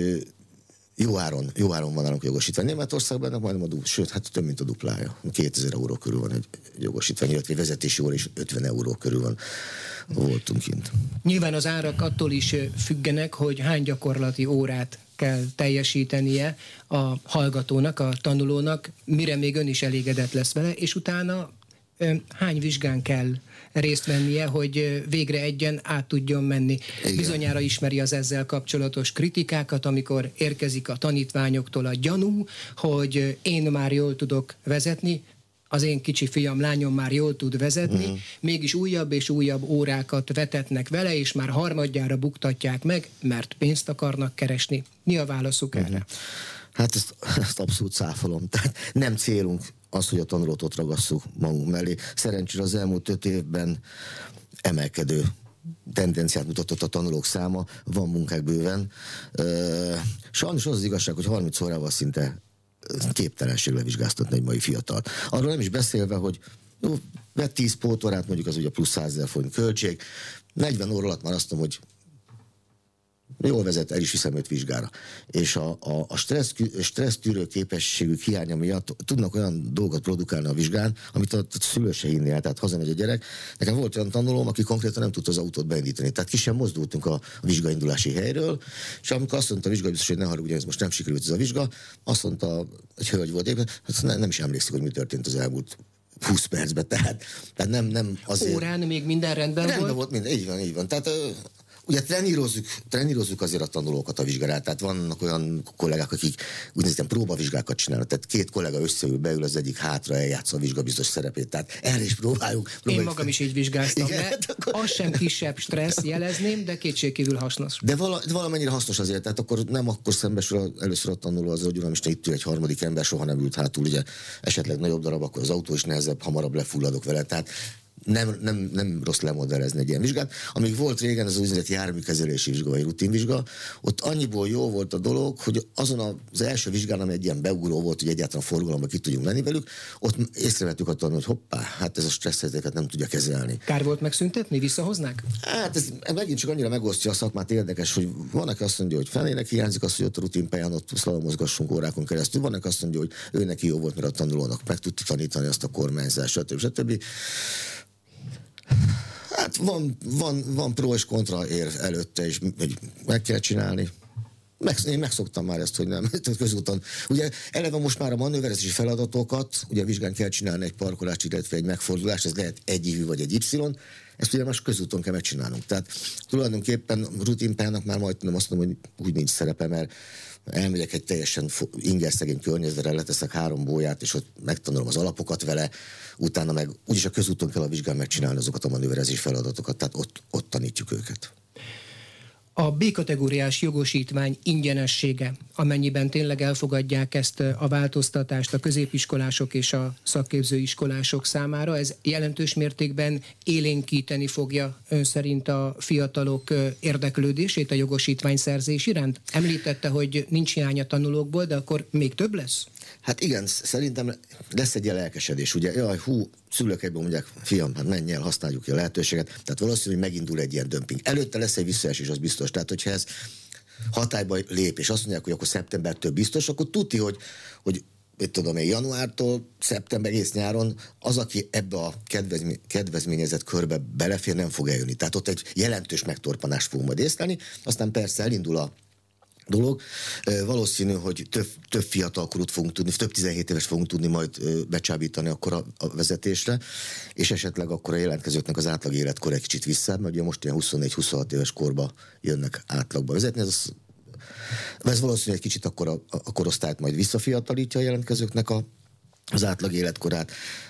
jó áron, jó áron van nálunk a jogosítvány. Németországban ennek majdnem a dupla, sőt, hát több mint a duplája. kétezer euró körül van egy, egy jogosítvány, illetve vezetési óra is ötven euró körül van. Voltunk kint. Nyilván az árak attól is függenek, hogy hány gyakorlati órát kell teljesítenie a hallgatónak, a tanulónak, mire még ön is elégedett lesz vele, és utána hány vizsgán kell részt vennie, hogy végre egyen át tudjon menni. Igen. Bizonyára ismeri az ezzel kapcsolatos kritikákat, amikor érkezik a tanítványoktól a gyanú, hogy én már jól tudok vezetni, az én kicsi fiam, lányom már jól tud vezetni, uh-huh. mégis újabb és újabb órákat vetetnek vele, és már harmadjára buktatják meg, mert pénzt akarnak keresni. Mi a válaszuk uh-huh. erre? Hát ezt, ezt abszolút cáfolom. Tehát nem célunk az, hogy a tanulót ott ragasszuk magunk mellé. Szerencsére az elmúlt öt évben emelkedő tendenciát mutatott a tanulók száma, van munkák bőven. Sajnos az az igazság, hogy harminc órával szinte képtelenség levizsgáztatni egy mai fiatal. Arról nem is beszélve, hogy jó, vett tíz pótórát, mondjuk az ugye plusz százezer forint költség, negyven óra alatt már azt mondom, hogy jól vezet, el is viszem őt vizsgára. És a, a, a stressz, stressztűrő képességük hiánya miatt tudnak olyan dolgot produkálni a vizsgán, amit a, a szülő se hinni el, tehát hazamegy a gyerek. Nekem volt olyan tanulóm, aki konkrétan nem tudta az autót beindítani. Tehát ki sem mozdultunk a, a vizsgaindulási helyről, és amikor azt mondta a vizsgabiztos, hogy ne haragudj, ez most nem sikerült ez a vizsga, azt mondta, egy hölgy volt éppen, hát nem, nem is emlékszik, hogy mi történt az elmúlt húsz percben, tehát, tehát nem, nem azért... Órán még minden rendben, rendben volt? volt minden, így van, így van. Tehát ugye trenírozzuk, trenírozzuk azért a tanulókat a vizsgára, tehát vannak olyan kollégák, akik úgynevezett próbavizsgákat csinálnak, tehát két kollega összeül, beül, az egyik hátra, eljátsza a vizsgabiztos szerepét, tehát erre is próbáljuk. próbáljuk. Én magam is így vizsgáztam, Igen, de akkor... az sem kisebb stressz, jelezném, de kétségkívül hasznos. De vala, valamennyire hasznos azért, tehát akkor nem akkor szembesül először a tanuló az, hogy uramisten, itt ül egy harmadik ember, soha nem ült hátul, ugye esetleg nagyobb darab, akkor az autó is nehezebb, hamarabb lefulladok vele, tehát Nem, nem, nem rossz lemodellezni egy ilyen vizsgát. Amíg volt régen az úgynevezett járműkezelési vizsga, vagy rutinvizsga, ott annyiból jó volt a dolog, hogy azon az első vizsgán, ami egy ilyen beugró volt, hogy egyáltalán forgalomba ki tudjunk menni velük, ott észrevettük attól, hogy hoppá, hát ez a stresszhelyzeteket nem tudja kezelni. Kár volt megszüntetni, visszahoznák? Hát ez megint csak annyira megosztja a szakmát, érdekes, hogy van, aki azt mondja, hogy felének hiányzik az, hogy ott a rutinpályán ott szlalomozgassunk órákon keresztül, van, aki azt mondja, hogy ő neki jó volt, mert a tanulónak meg tudta tanítani azt a kormányzást, stb. stb. Hát van, van, van pro és kontra ér előtte, és meg kell csinálni. Meg, én megszoktam már ezt, hogy nem, közúton. Ugye eleve most már a manőverezési feladatokat, ugye vizsgán kell csinálni egy parkolást, illetve egy megfordulást, ez lehet egy I vagy egy Y, ezt ugye most közúton kell megcsinálnunk. Tehát tulajdonképpen rutinpályának már majd nem azt mondom, hogy úgy nincs szerepe, mert elmegyek egy teljesen ingerszegény környezetre, leteszek három bóját, és ott megtanulom az alapokat vele, utána meg úgyis a közúton kell a vizsgán megcsinálni azokat a manőverezés feladatokat, tehát ott, ott tanítjuk őket. A B-kategóriás jogosítvány ingyenessége, amennyiben tényleg elfogadják ezt a változtatást a középiskolások és a szakképzőiskolások számára, ez jelentős mértékben élénkíteni fogja ön szerint a fiatalok érdeklődését a jogosítványszerzés iránt? Említette, hogy nincs hiány a tanulókból, de akkor még több lesz? Hát igen, szerintem lesz egy ilyen lelkesedés, ugye, jaj, hú, szülők egyből mondják, fiam, hát menj el, használjuk ki a lehetőséget, tehát valószínű, hogy megindul egy ilyen dömping. Előtte lesz egy visszaesés, az biztos, tehát hogyha ez hatályba lép, és azt mondják, hogy akkor szeptembertől biztos, akkor tudti, hogy, hogy mit tudom én, januártól szeptember egész nyáron az, aki ebbe a kedvezmény, kedvezményezett körbe belefér, nem fog eljönni. Tehát ott egy jelentős megtorpanást fogunk majd észlelni, aztán persze elindul a dolog. Valószínű, hogy több, több fiatalkorút fogunk tudni, több tizenhét éves fogunk tudni majd becsábítani akkor a, a vezetésre, és esetleg akkor a jelentkezőknek az átlag életkor egy kicsit vissza, mert ugye most ilyen huszonnégy-huszonhat éves korba jönnek átlagba vezetni, ez, ez valószínű, egy kicsit akkor a, a korosztályt majd visszafiatalítja a jelentkezőknek a, az átlag életkorát.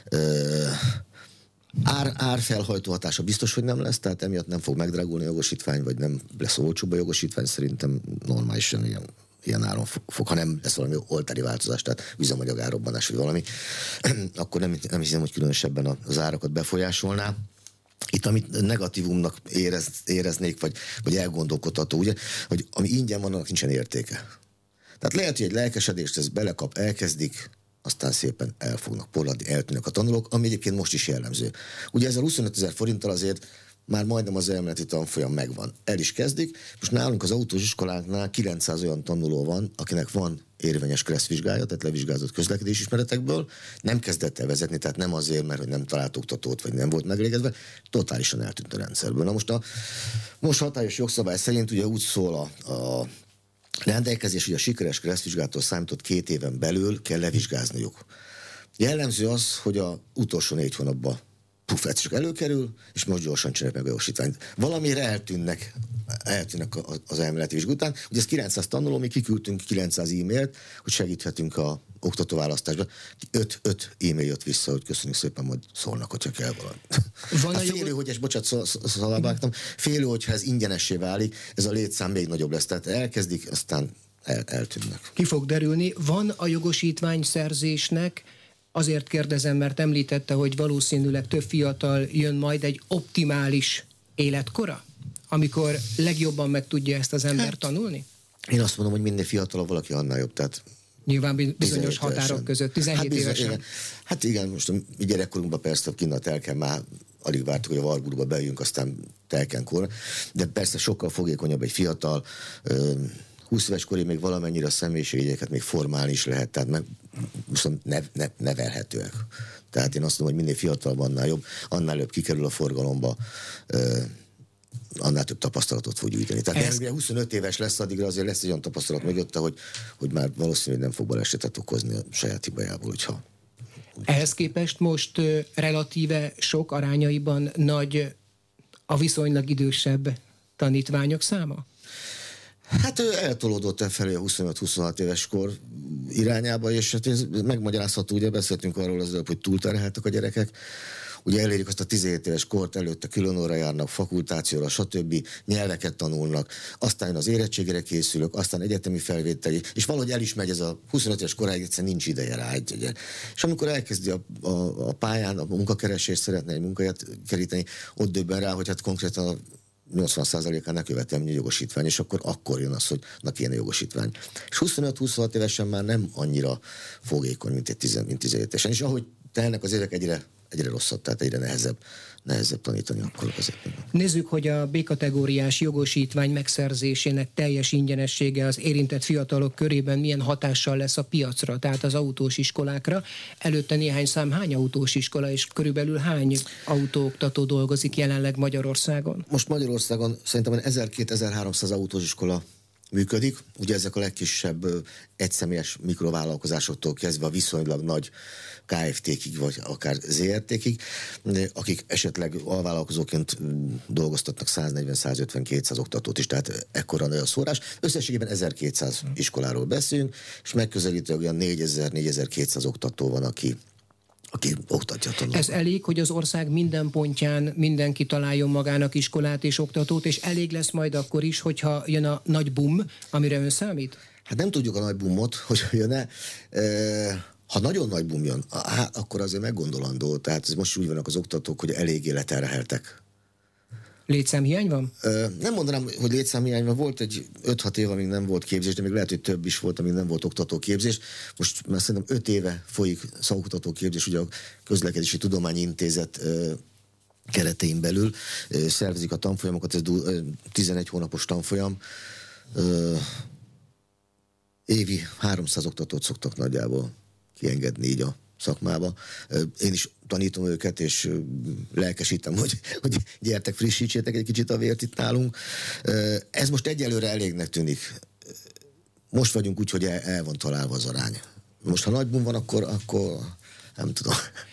Ár, árfelhajtó hatása biztos, hogy nem lesz, tehát emiatt nem fog megdrágulni a jogosítvány, vagy nem lesz olcsóbb a jogosítvány, szerintem normálisan ilyen, ilyen áron fog, ha nem lesz valami oltári változás, tehát üzemanyag árrobbanás, vagy valami, akkor nem, nem hiszem, hogy különösebben az árakat befolyásolná. Itt, amit negatívumnak érez, éreznék, vagy, vagy elgondolkodható, ugye, hogy ami ingyen van, annak nincsen értéke. Tehát lehet, hogy egy lelkesedést ez belekap, elkezdik, aztán szépen el fognak porladni, eltűnnek a tanulók, ami egyébként most is jellemző. Ugye ezzel huszonötezer forinttal azért már majdnem az elméleti tanfolyam megvan. El is kezdik. Most nálunk az autós iskolánknál kilencszáz olyan tanuló van, akinek van érvényes kresszvizsgája, tehát levizsgázott közlekedési ismeretekből, nem kezdett el vezetni, tehát nem azért, mert hogy nem talált oktatót, vagy nem volt megelégedve, totálisan eltűnt a rendszerből. Na most a most hatályos jogszabály szerint ugye úgy szól a, a rendelkezés, hogy a sikeres kresszvizsgától számított két éven belül kell levizsgázniuk. Jellemző az, hogy a utolsó négy hónapban puf, ez csak előkerül, és most gyorsan csinálják meg a jogosítványt. Valamire eltűnnek, eltűnnek az elméleti vizsga után. Ugye ez kilencszáz tanuló, mi kiküldtünk kilencszáz e-mailt, hogy segíthetünk a oktatóválasztásban. Öt, öt e-mail jött vissza, hogy köszönjük szépen, hogy szólnak, hogyha kell valami. Van hát félő, jog... hogy ez, bocsánat, szalabáltam, félő, hogyha ez ingyenessé válik, ez a létszám még nagyobb lesz. Tehát elkezdik, aztán el, eltűnnek. Ki fog derülni, van a jogosítvány szerzésnek, azért kérdezem, mert említette, hogy valószínűleg több fiatal jön majd egy optimális életkora, amikor legjobban meg tudja ezt az ember hát, tanulni? Én azt mondom, hogy minél fiatalabb valaki, annál jobb. Tehát Nyilván bizonyos határok évesen. között, tizenhét hát bizony, évesen. Igen. Hát igen, most a mi gyerekkorunkban persze kint telken már alig vártuk, hogy a Warburgba bejöjjünk, aztán telkenkor, de persze sokkal fogékonyabb egy fiatal, húsz éves korig még valamennyire a személyiségjegyeket még formálni is lehet, tehát meg, viszont ne, ne, nevelhetőek. Tehát én azt mondom, hogy minél fiatalabban, annál jobb, annál jobb kikerül a forgalomba, annál több tapasztalatot fog gyűjteni. Tehát Ez... huszonöt éves lesz, addigra azért lesz egy olyan tapasztalat mögötte, hogy, hogy már valószínűleg nem fog balesetet okozni a saját hibájából, hogyha... Ehhez képest most relatíve sok arányaiban nagy a viszonylag idősebb tanítványok száma? Hát eltolódott e felé a huszonöt-huszonhat éves kor irányába, és hát ez megmagyarázható, ugye beszéltünk arról az előbb, hogy túlterheltek a gyerekek, ugye elérik azt a tizenhét éves kort, előtte különóra járnak, fakultációra, stb. Nyelveket tanulnak, aztán jön az érettségére készülök, aztán egyetemi felvételi, és valahogy el is megy ez a huszonöt éves koráig, egyszerűen nincs ideje rá. Egy, egy. És amikor elkezdi a, a, a pályán a munkakeresést, szeretne egy munkahelyet keríteni, ott döbben rá, hogy hát konkrétan a nyolcvan százalékán követelményi jogosítvány, és akkor akkor jön az, hogy na kéne jogosítvány. És huszonöt-huszonhat évesen már nem annyira fogékony, mint egy tizenhét évesen. És ahogy telnek az évek, egyre, egyre rosszabb, tehát egyre nehezebb, nehezebb tanítani akkor azért. Nézzük, hogy a B-kategóriás jogosítvány megszerzésének teljes ingyenessége az érintett fiatalok körében milyen hatással lesz a piacra, tehát az autós iskolákra. Előtte néhány szám, hány autós iskola és körülbelül hány autóoktató dolgozik jelenleg Magyarországon? Most Magyarországon szerintem ezerkétszáz-ezerháromszáz autós iskola működik. Ugye ezek a legkisebb egyszemélyes mikrovállalkozásoktól kezdve a viszonylag nagy ká ef té-kig, vagy akár zé er té-kig, akik esetleg alvállalkozóként dolgoztatnak száznegyven-százötven-kétszáz oktatót is, tehát ekkora nagy a szórás. Összességében ezerkétszáz iskoláról beszélünk, és megközelítőleg olyan négyezer-négyezer-kétszáz oktató van, aki aki oktatja a tanulókat. Ez elég, hogy az ország minden pontján mindenki találjon magának iskolát és oktatót, és elég lesz majd akkor is, hogyha jön a nagy boom, amire ön számít? Hát nem tudjuk a nagy boomot, hogy jön-e. Ha nagyon nagy boom jön, hát akkor azért meggondolandó. Tehát ez most úgy vannak az oktatók, hogy eléggé leterheltek. Létszámhiány van? Nem mondanám, hogy létszámhiány van. Volt egy öt-hat év, amíg nem volt képzés, de még lehet, hogy több is volt, amíg nem volt oktatóképzés. Most már szerintem öt éve folyik szakoktatóképzés, ugye a Közlekedési Tudományi Intézet keretein belül szervezik a tanfolyamokat, ez tizenegy hónapos tanfolyam. Évi háromszáz oktatót szoktak nagyjából kiengedni így a szakmába. Én is tanítom őket, és lelkesítem, hogy, hogy gyertek, frissítsétek egy kicsit a vért itt nálunk. Ez most egyelőre elégnek tűnik. Most vagyunk úgy, hogy el, el van találva az arány. Most, ha nagy boom van, akkor, akkor nem tudom.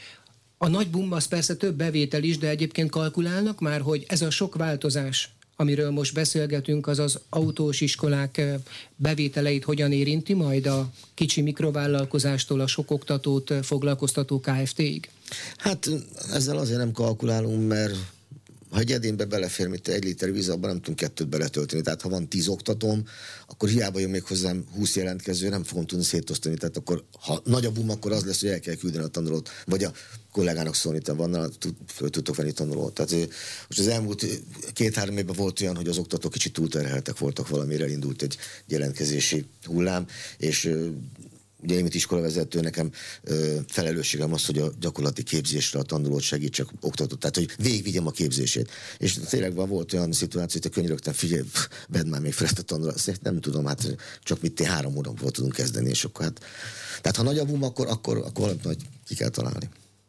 A nagy boom az persze több bevétel is, de egyébként kalkulálnak már, hogy ez a sok változás, amiről most beszélgetünk, az az autós iskolák bevételeit hogyan érinti majd a kicsi mikrovállalkozástól a sok oktatót foglalkoztató ká ef té-ig? Hát ezzel azért nem kalkulálunk, mert ha egy edénybe belefér, mint egy liter víz, abban nem tudunk kettőt beletölteni. Tehát ha van tíz oktatóm, akkor hiába jön még hozzám húsz jelentkező, nem fogom tudni szétosztani. Tehát akkor, ha nagy a boom, akkor az lesz, hogy el kell küldeni a tanulót, vagy a kollégának szólni, te van, föl tudtok venni tanulót. Tehát most az elmúlt két-három évben volt olyan, hogy az oktatók kicsit túlterheltek voltak, valamire elindult egy jelentkezési hullám, és ugye én, mint iskolavezető, nekem ö, felelősségem az, hogy a gyakorlati képzésre a tanulót segítsek, oktatót, tehát hogy végigvigyem a képzését. És tényleg van, volt olyan szituáció, hogy te könyörögtem, figyelj, vedd már még fel ezt a tanulót, azt nem tudom, hát csak mit té három órából tudunk kezdeni, és akkor hát, tehát ha nagy a boom, akkor, akkor, akkor valamit nagy ki kell találni.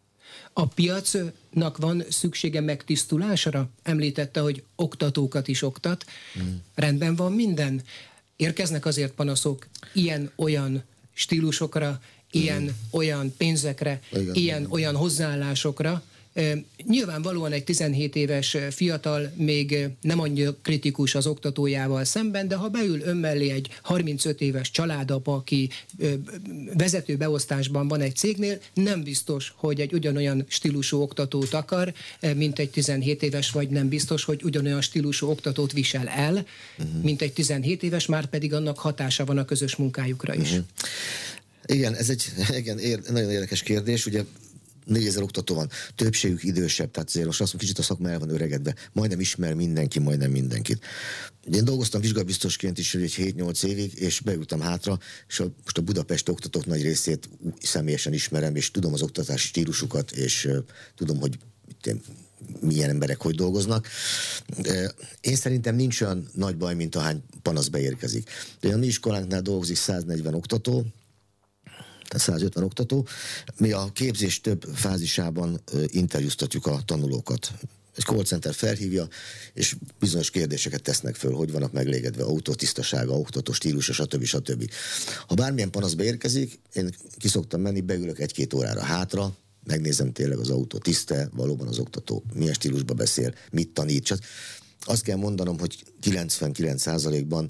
A piacnak van szüksége megtisztulásra? Említette, hogy oktatókat is oktat. Hmm. Rendben van minden? Érkeznek azért panaszok ilyen-olyan stílusokra, ilyen-olyan mm. pénzekre, ilyen-olyan hozzáállásokra. E, nyilvánvalóan egy tizenhét éves fiatal még nem annyira kritikus az oktatójával szemben, de ha beül ön mellé egy harmincöt éves családapa, aki e, vezető beosztásban van egy cégnél, nem biztos, hogy egy ugyanolyan stílusú oktatót akar, e, mint egy tizenhét éves, vagy nem biztos, hogy ugyanolyan stílusú oktatót visel el, uh-huh. mint egy tizenhét éves, már pedig annak hatása van a közös munkájukra is. Uh-huh. Igen, ez egy igen, ér, nagyon érdekes kérdés, ugye négyezer oktató van, többségük idősebb, tehát azért most azt mondom, kicsit a szakma el van öregedve, majdnem ismer mindenki, majdnem mindenkit. Én dolgoztam vizsgabiztosként is egy hét-nyolc évig, és beültem hátra, és a, most a budapesti oktatók nagy részét személyesen ismerem, és tudom az oktatási stílusukat, és uh, tudom, hogy én, milyen emberek hogy dolgoznak. Én szerintem nincs olyan nagy baj, mint ahány panasz beérkezik. De a mi iskolánknál dolgozik száznegyven oktató, tehát százötven oktató. Mi a képzés több fázisában interjúztatjuk a tanulókat. Egy call center felhívja, és bizonyos kérdéseket tesznek föl, hogy vannak meglégedve autó tisztasága, oktató stílusa, stb. stb. Ha bármilyen panasz beérkezik, én ki szoktam menni, beülök egy-két órára hátra, megnézem tényleg az autó tiszte, valóban az oktató milyen stílusba beszél, mit tanít. Csak azt kell mondanom, hogy kilencvenkilenc százalékban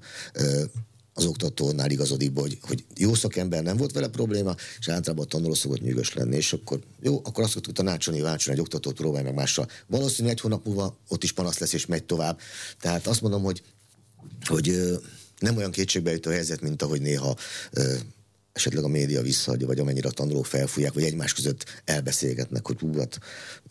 az oktatónál igazodik, hogy, hogy jó szakember, nem volt vele probléma, és általában a tanuló szokott nyűgös lenni, és akkor jó, akkor azt szoktuk tanácsolni, váltson egy oktatót, próbálj meg mással. Valószínűleg egy hónap múlva ott is panasz lesz, és megy tovább. Tehát azt mondom, hogy, hogy nem olyan kétségbeütő a helyzet, mint ahogy néha esetleg a média visszaadja, vagy amennyire a tanulók felfújják, vagy egymás között elbeszélgetnek, hogy hú, hát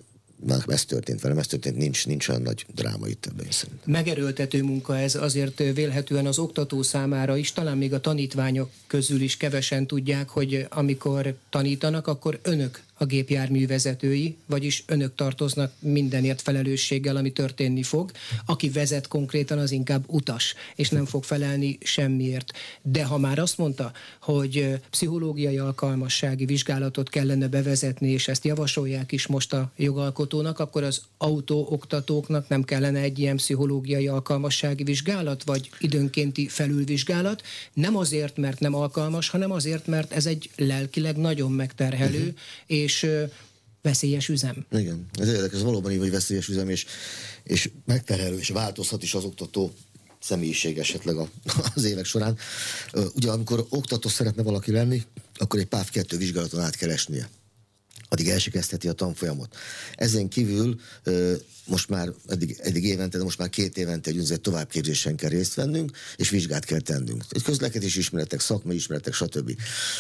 ez történt velem, ez történt, nincs, nincs olyan nagy dráma itt ebben szerintem. Megerőltető munka ez, azért vélhetően az oktató számára is, talán még a tanítványok közül is kevesen tudják, hogy amikor tanítanak, akkor önök a gépjármű vezetői, vagyis önök tartoznak mindenért felelősséggel, ami történni fog. Aki vezet konkrétan, az inkább utas, és nem fog felelni semmiért. De ha már azt mondta, hogy pszichológiai alkalmassági vizsgálatot kellene bevezetni, és ezt javasolják is most a jogalkotónak, akkor az autóoktatóknak nem kellene egy ilyen pszichológiai alkalmassági vizsgálat, vagy időnkénti felülvizsgálat, nem azért, mert nem alkalmas, hanem azért, mert ez egy lelkileg nagyon megterhelő, uh-huh. és és veszélyes üzem. Igen, ez érdekes, ez valóban így, hogy veszélyes üzem, és, és megterhelő, és változhat is az oktató személyiség esetleg a, az évek során. Ugye, amikor oktató szeretne valaki lenni, akkor egy páv kettő vizsgálaton át kell esnie. Addig elsikezdheti a tanfolyamot. Ezen kívül most már eddig, eddig évente, de most már két évente egy úgynevezett továbbképzésen kell részt vennünk, és vizsgát kell tennünk. Egy közlekedési ismeretek, szakmai ismeretek, stb.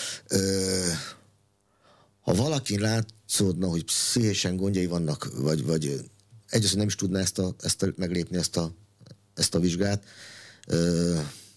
Ha valaki látszódna, hogy pszichésen gondjai vannak, vagy, vagy egyrészt nem is tudná ezt a, ezt a, meglépni ezt a, ezt a vizsgát, ö,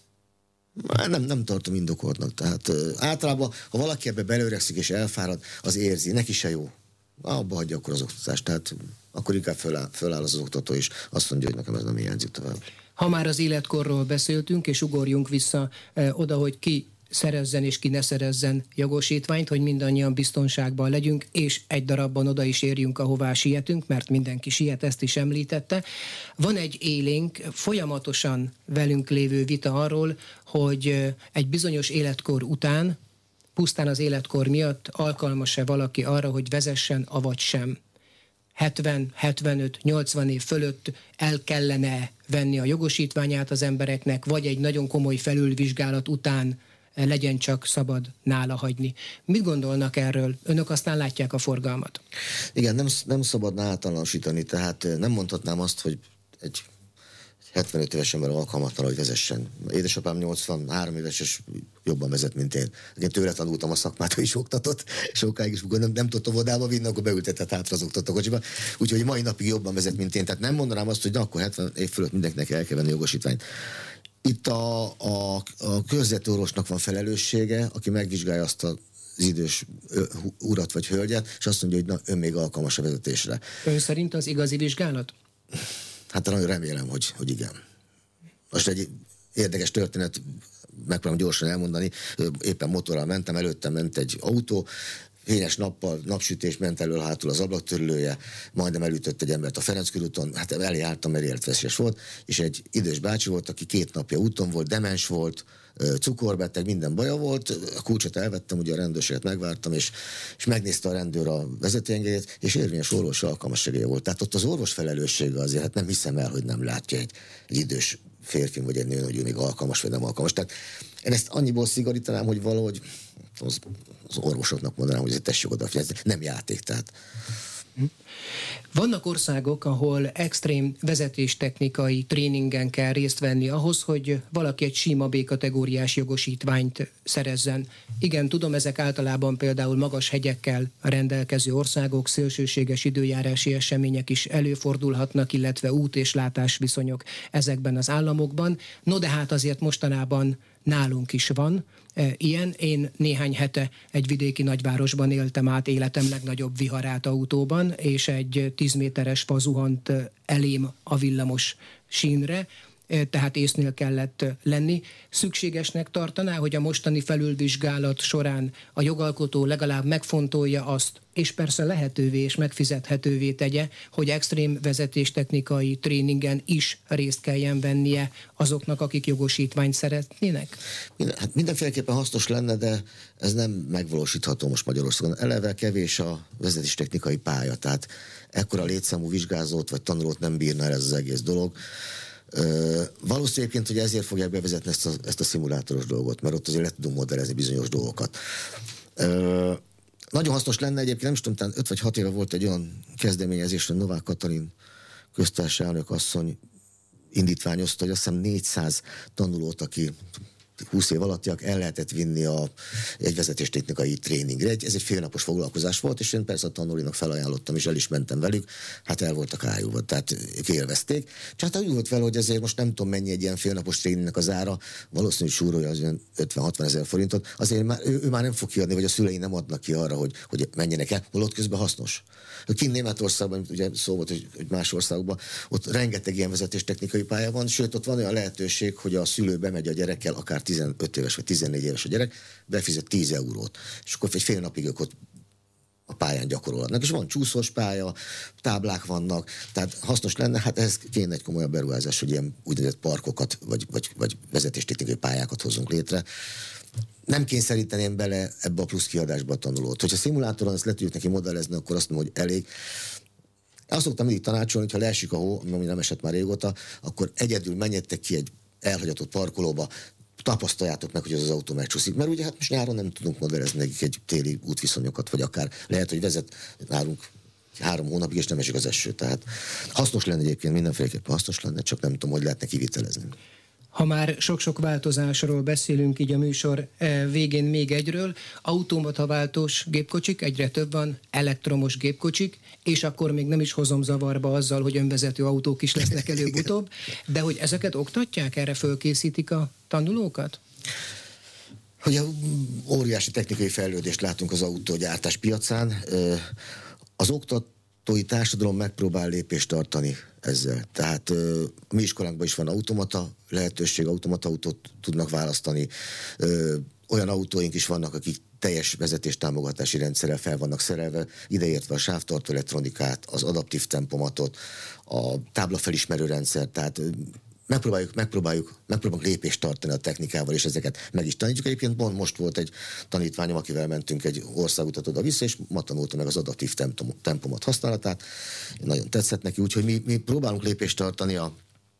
nem, nem tartom indokoltnak. Tehát ö, általában, ha valaki ebbe belőregszik és elfárad, az érzi, neki se jó. Abba hagyja akkor az oktatást. Tehát akkor inkább föláll, föláll az, az oktató, és azt mondja, hogy nekem ez nem hiányzik tovább. Ha már az életkorról beszéltünk, és ugorjunk vissza ö, oda, hogy ki szerezzen és ki ne szerezzen jogosítványt, hogy mindannyian biztonságban legyünk, és egy darabban oda is érjünk, ahová sietünk, mert mindenki siet, ezt is említette. Van egy élénk, folyamatosan velünk lévő vita arról, hogy egy bizonyos életkor után, pusztán az életkor miatt alkalmas-e valaki arra, hogy vezessen, avagy sem. hetven, hetvenöt, nyolcvan év fölött el kellene venni a jogosítványát az embereknek, vagy egy nagyon komoly felülvizsgálat után legyen csak szabad nála hagyni. Mit gondolnak erről? Önök aztán látják a forgalmat. Igen, nem, nem szabadna általánosítani, tehát nem mondhatnám azt, hogy egy hetvenöt éves ember alkalmatlan, hogy vezessen. Édesapám nyolcvanhárom éves, és jobban vezet, mint én. Én tőle tanultam a szakmát, hogy is oktatott, sokáig is, amikor nem, nem tudta óvodába vinni, akkor beültetett hátra az oktatókocsiba. Úgyhogy mai napig jobban vezet, mint én. Tehát nem mondanám azt, hogy na, akkor hetven év fölött mindenkinek el kell venni jogosítványt. Itt a, a, a körzetőorvosnak van felelőssége, aki megvizsgálja azt az idős urat vagy hölgyet, és azt mondja, hogy na, ön még alkalmas a vezetésre. Ön szerint az igazi vizsgálat? Hát nagyon remélem, hogy, hogy igen. Most egy érdekes történet, megpróbálom gyorsan elmondani. Éppen motorral mentem, előttem ment egy autó, fényes nappal, napsütés, ment elől hátul az ablaktörlője, majdnem elütött egy embert a Ferenc körúton, hát eljártam, mert életveszélyes volt, és egy idős bácsi volt, aki két napja úton volt, demens volt, cukorbeteg, minden baja volt, a kulcsot elvettem, ugye a rendőrséget megvártam, és, és megnézte a rendőr a vezetőengedélyt, és érvényes orvos alkalmassága volt. Tehát ott az orvos felelőssége azért, hát nem hiszem el, hogy nem látja egy, egy idős férfi vagy egy nő, hogy ő még alkalmas vagy nem alkalmas. Tehát én ezt annyiból szigorítanám, hogy valahogy az, az orvosoknak mondanám, hogy ez tessék odafigyelni, nem játék, tehát Vannak országok, ahol extrém vezetéstechnikai tréningen kell részt venni ahhoz, hogy valaki egy sima B-kategóriás jogosítványt szerezzen. Igen, tudom, ezek általában például magas hegyekkel rendelkező országok, szélsőséges időjárási események is előfordulhatnak, illetve út- és látásviszonyok ezekben az államokban. No de hát azért mostanában nálunk is van ilyen. Én néhány hete egy vidéki nagyvárosban éltem át életem legnagyobb viharát autóban, és egy tíz méteres fa zuhant elém a villamos sínre, tehát észnél kellett lenni. Szükségesnek tartaná, hogy a mostani felülvizsgálat során a jogalkotó legalább megfontolja azt, és persze lehetővé és megfizethetővé tegye, hogy extrém vezetéstechnikai tréningen is részt kelljen vennie azoknak, akik jogosítványt szeretnének? Minden, hát mindenféleképpen hasznos lenne, de ez nem megvalósítható most Magyarországon. Eleve kevés a vezetéstechnikai pálya, tehát ekkora létszámú vizsgázót vagy tanulót nem bírna el ez az egész dolog. Uh, valószínűleg, hogy ezért fogják bevezetni ezt a, ezt a szimulátoros dolgot, mert ott azért le tudunk modellezni bizonyos dolgokat. Uh, nagyon hasznos lenne egyébként, nem is tudom, talán öt vagy hat éve volt egy olyan kezdeményezés, hogy Novák Katalin köztársasági elnök asszony indítványozta, hogy azt hiszem négyszáz tanulót, aki húsz év alattiak, el lehetett vinni a, egy vezetéstechnikai tréningre. Ez egy félnapos foglalkozás volt, és én persze a tanulóinak felajánlottam, és el is mentem velük, hát el voltak ájulva, tehát ők élvezték. Csak hát úgy volt fel, hogy ezért most nem tudom mennyi egy ilyen félnapos tréningnek az ára, valószínűleg súrolja az ötven-hatvan ezer forintot, azért már, ő, ő már nem fog kiadni, vagy a szülei nem adnak ki arra, hogy, hogy menjenek el, holott közben hasznos. Kint Németországban, ugye szó volt, hogy, hogy más országokban, ott rengeteg ilyen vezetéstechnikai pálya van, sőt, ott van olyan lehetőség, hogy a szülő bemegy a gyerekkel, akár tizenöt éves vagy tizennégy éves a gyerek, befizet tíz eurót, és akkor egy fél napig ők ott a pályán gyakorolnak. És van csúszós pálya, táblák vannak, tehát hasznos lenne, hát ez kéne egy komolyabb beruházás, hogy ilyen úgynevezett parkokat, vagy, vagy, vagy vezetéstechnikai pályákat hozzunk létre. Nem kényszeríteném bele ebbe a plusz kiadásba a tanulót. Hogyha szimulátoron ezt le tudjuk neki modellezni, akkor azt mondom, hogy elég. Azt szoktam mindig tanácsolni, hogyha leesik a hó, ami nem esett már régóta, akkor egyedül menjetek ki egy elhagyatott parkolóba, tapasztaljátok meg, hogy az az autó megcsúszik. Mert ugye hát most nyáron nem tudunk modellezni nekik egy téli útviszonyokat, vagy akár lehet, hogy vezet nálunk három hónapig, és nem esik az eső. Tehát hasznos lenne egyébként, mindenféleképpen hasznos lenne, csak nem tudom, hogy lehetne kivitelezni. Ha már sok-sok változásról beszélünk így a műsor végén még egyről, automataváltós gépkocsik, egyre több van, elektromos gépkocsik, és akkor még nem is hozom zavarba azzal, hogy önvezető autók is lesznek előbb-utóbb, de hogy ezeket oktatják, erre fölkészítik a tanulókat? Hogy óriási technikai fejlődést látunk az autógyártás piacán, az oktatói társadalom megpróbál lépést tartani ezzel. Tehát ö, a mi iskolánkban is van automata lehetőség, automata autót tudnak választani. Ö, olyan autóink is vannak, akik teljes vezetéstámogatási rendszerrel fel vannak szerelve, ideértve a sávtartó elektronikát, az adaptív tempomatot, a táblafelismerő rendszer, tehát ö, megpróbáljuk, megpróbáljuk, megpróbáljuk lépést tartani a technikával, és ezeket meg is tanítjuk. Egyébként pont most volt egy tanítványom, akivel mentünk egy országutat oda-vissza, és ma tanulta meg az adaptív tempomat használatát. Nagyon tetszett neki, úgyhogy mi, mi próbálunk lépést tartani a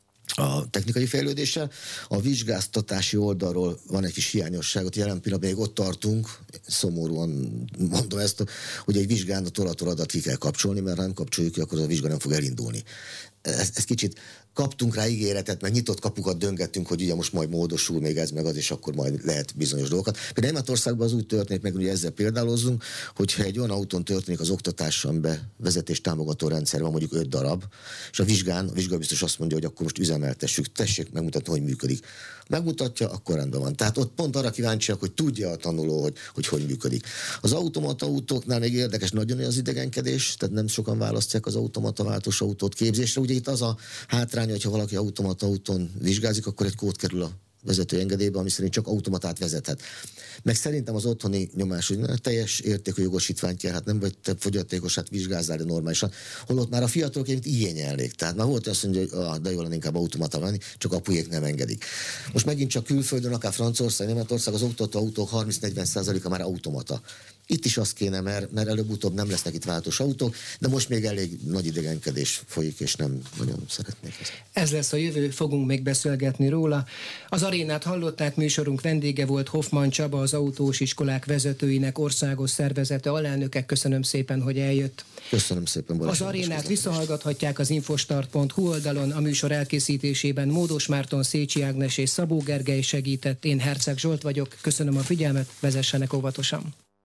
a technikai fejlődéssel. A vizsgáztatási oldalról van egy kis hiányosságot, jelen pillanatban még ott tartunk, szomorúan mondom ezt, hogy egy vizsgán a tollatoladat ki kell kapcsolni, mert ha nem kapcsoljuk ki, akkor a vizsga nem fog elindulni. Ez, ez kicsit kaptunk rá ígéretet, meg nyitott kapukat döngettünk, hogy ugye most majd módosul még ez meg az, és akkor majd lehet bizonyos dolgokat. Például Németországban az úgy történik, meg ugye ezzel példálózzunk, hogyha egy olyan autón történik az oktatás, amiben vezetés támogató rendszer van, mondjuk öt darab, és a vizsgán, a vizsgabiztos azt mondja, hogy akkor most üzemeltessük, tessék megmutatni, hogy működik. Megmutatja, akkor rendben van. Tehát ott pont arra kíváncsiak, hogy tudja a tanuló, hogy hogy, hogy működik. Az automata autóknál még érdekes nagyon az idegenkedés, tehát nem sokan választják az automata váltós autót képzésre. Ugye itt az a hátrány, hogyha valaki automata autón vizsgázik, akkor egy kód kerül a vezető engedélybe, ami szerint csak automatát vezethet. Meg szerintem az otthoni nyomás, hogy teljes értékű jogosítványt kell, hát nem vagy te fogyatékos, hát vizsgázzál normálisan. Holott már a fiatalok egyébként igényelnék. Tehát már volt azt mondja, hogy ah, de jól lenne inkább automata venni, csak apujék nem engedik. Most megint csak külföldön, akár Franciaország, Németország, az oktató autók harminc-negyven százaléka már automata. Itt is az kéne, mert, mert előbb-utóbb nem lesznek itt váltós autók, de most még elég nagy idegenkedés folyik, és nem nagyon szeretnék ezt. Ez lesz a jövő, fogunk még beszélgetni róla. Az arénát hallották, műsorunk vendége volt Hoffman Csaba, az autós iskolák vezetőinek országos szervezete alelnöke. Köszönöm szépen, hogy eljött. Köszönöm szépen. Az arénát visszahallgathatják az infostart pont hu oldalon. A műsor elkészítésében Módos Márton, Szécsi Ágnes és Szabó Gergely segített. Én Herceg Zsolt vagyok. Köszönöm a figyelmet, vezessenek óvatosan.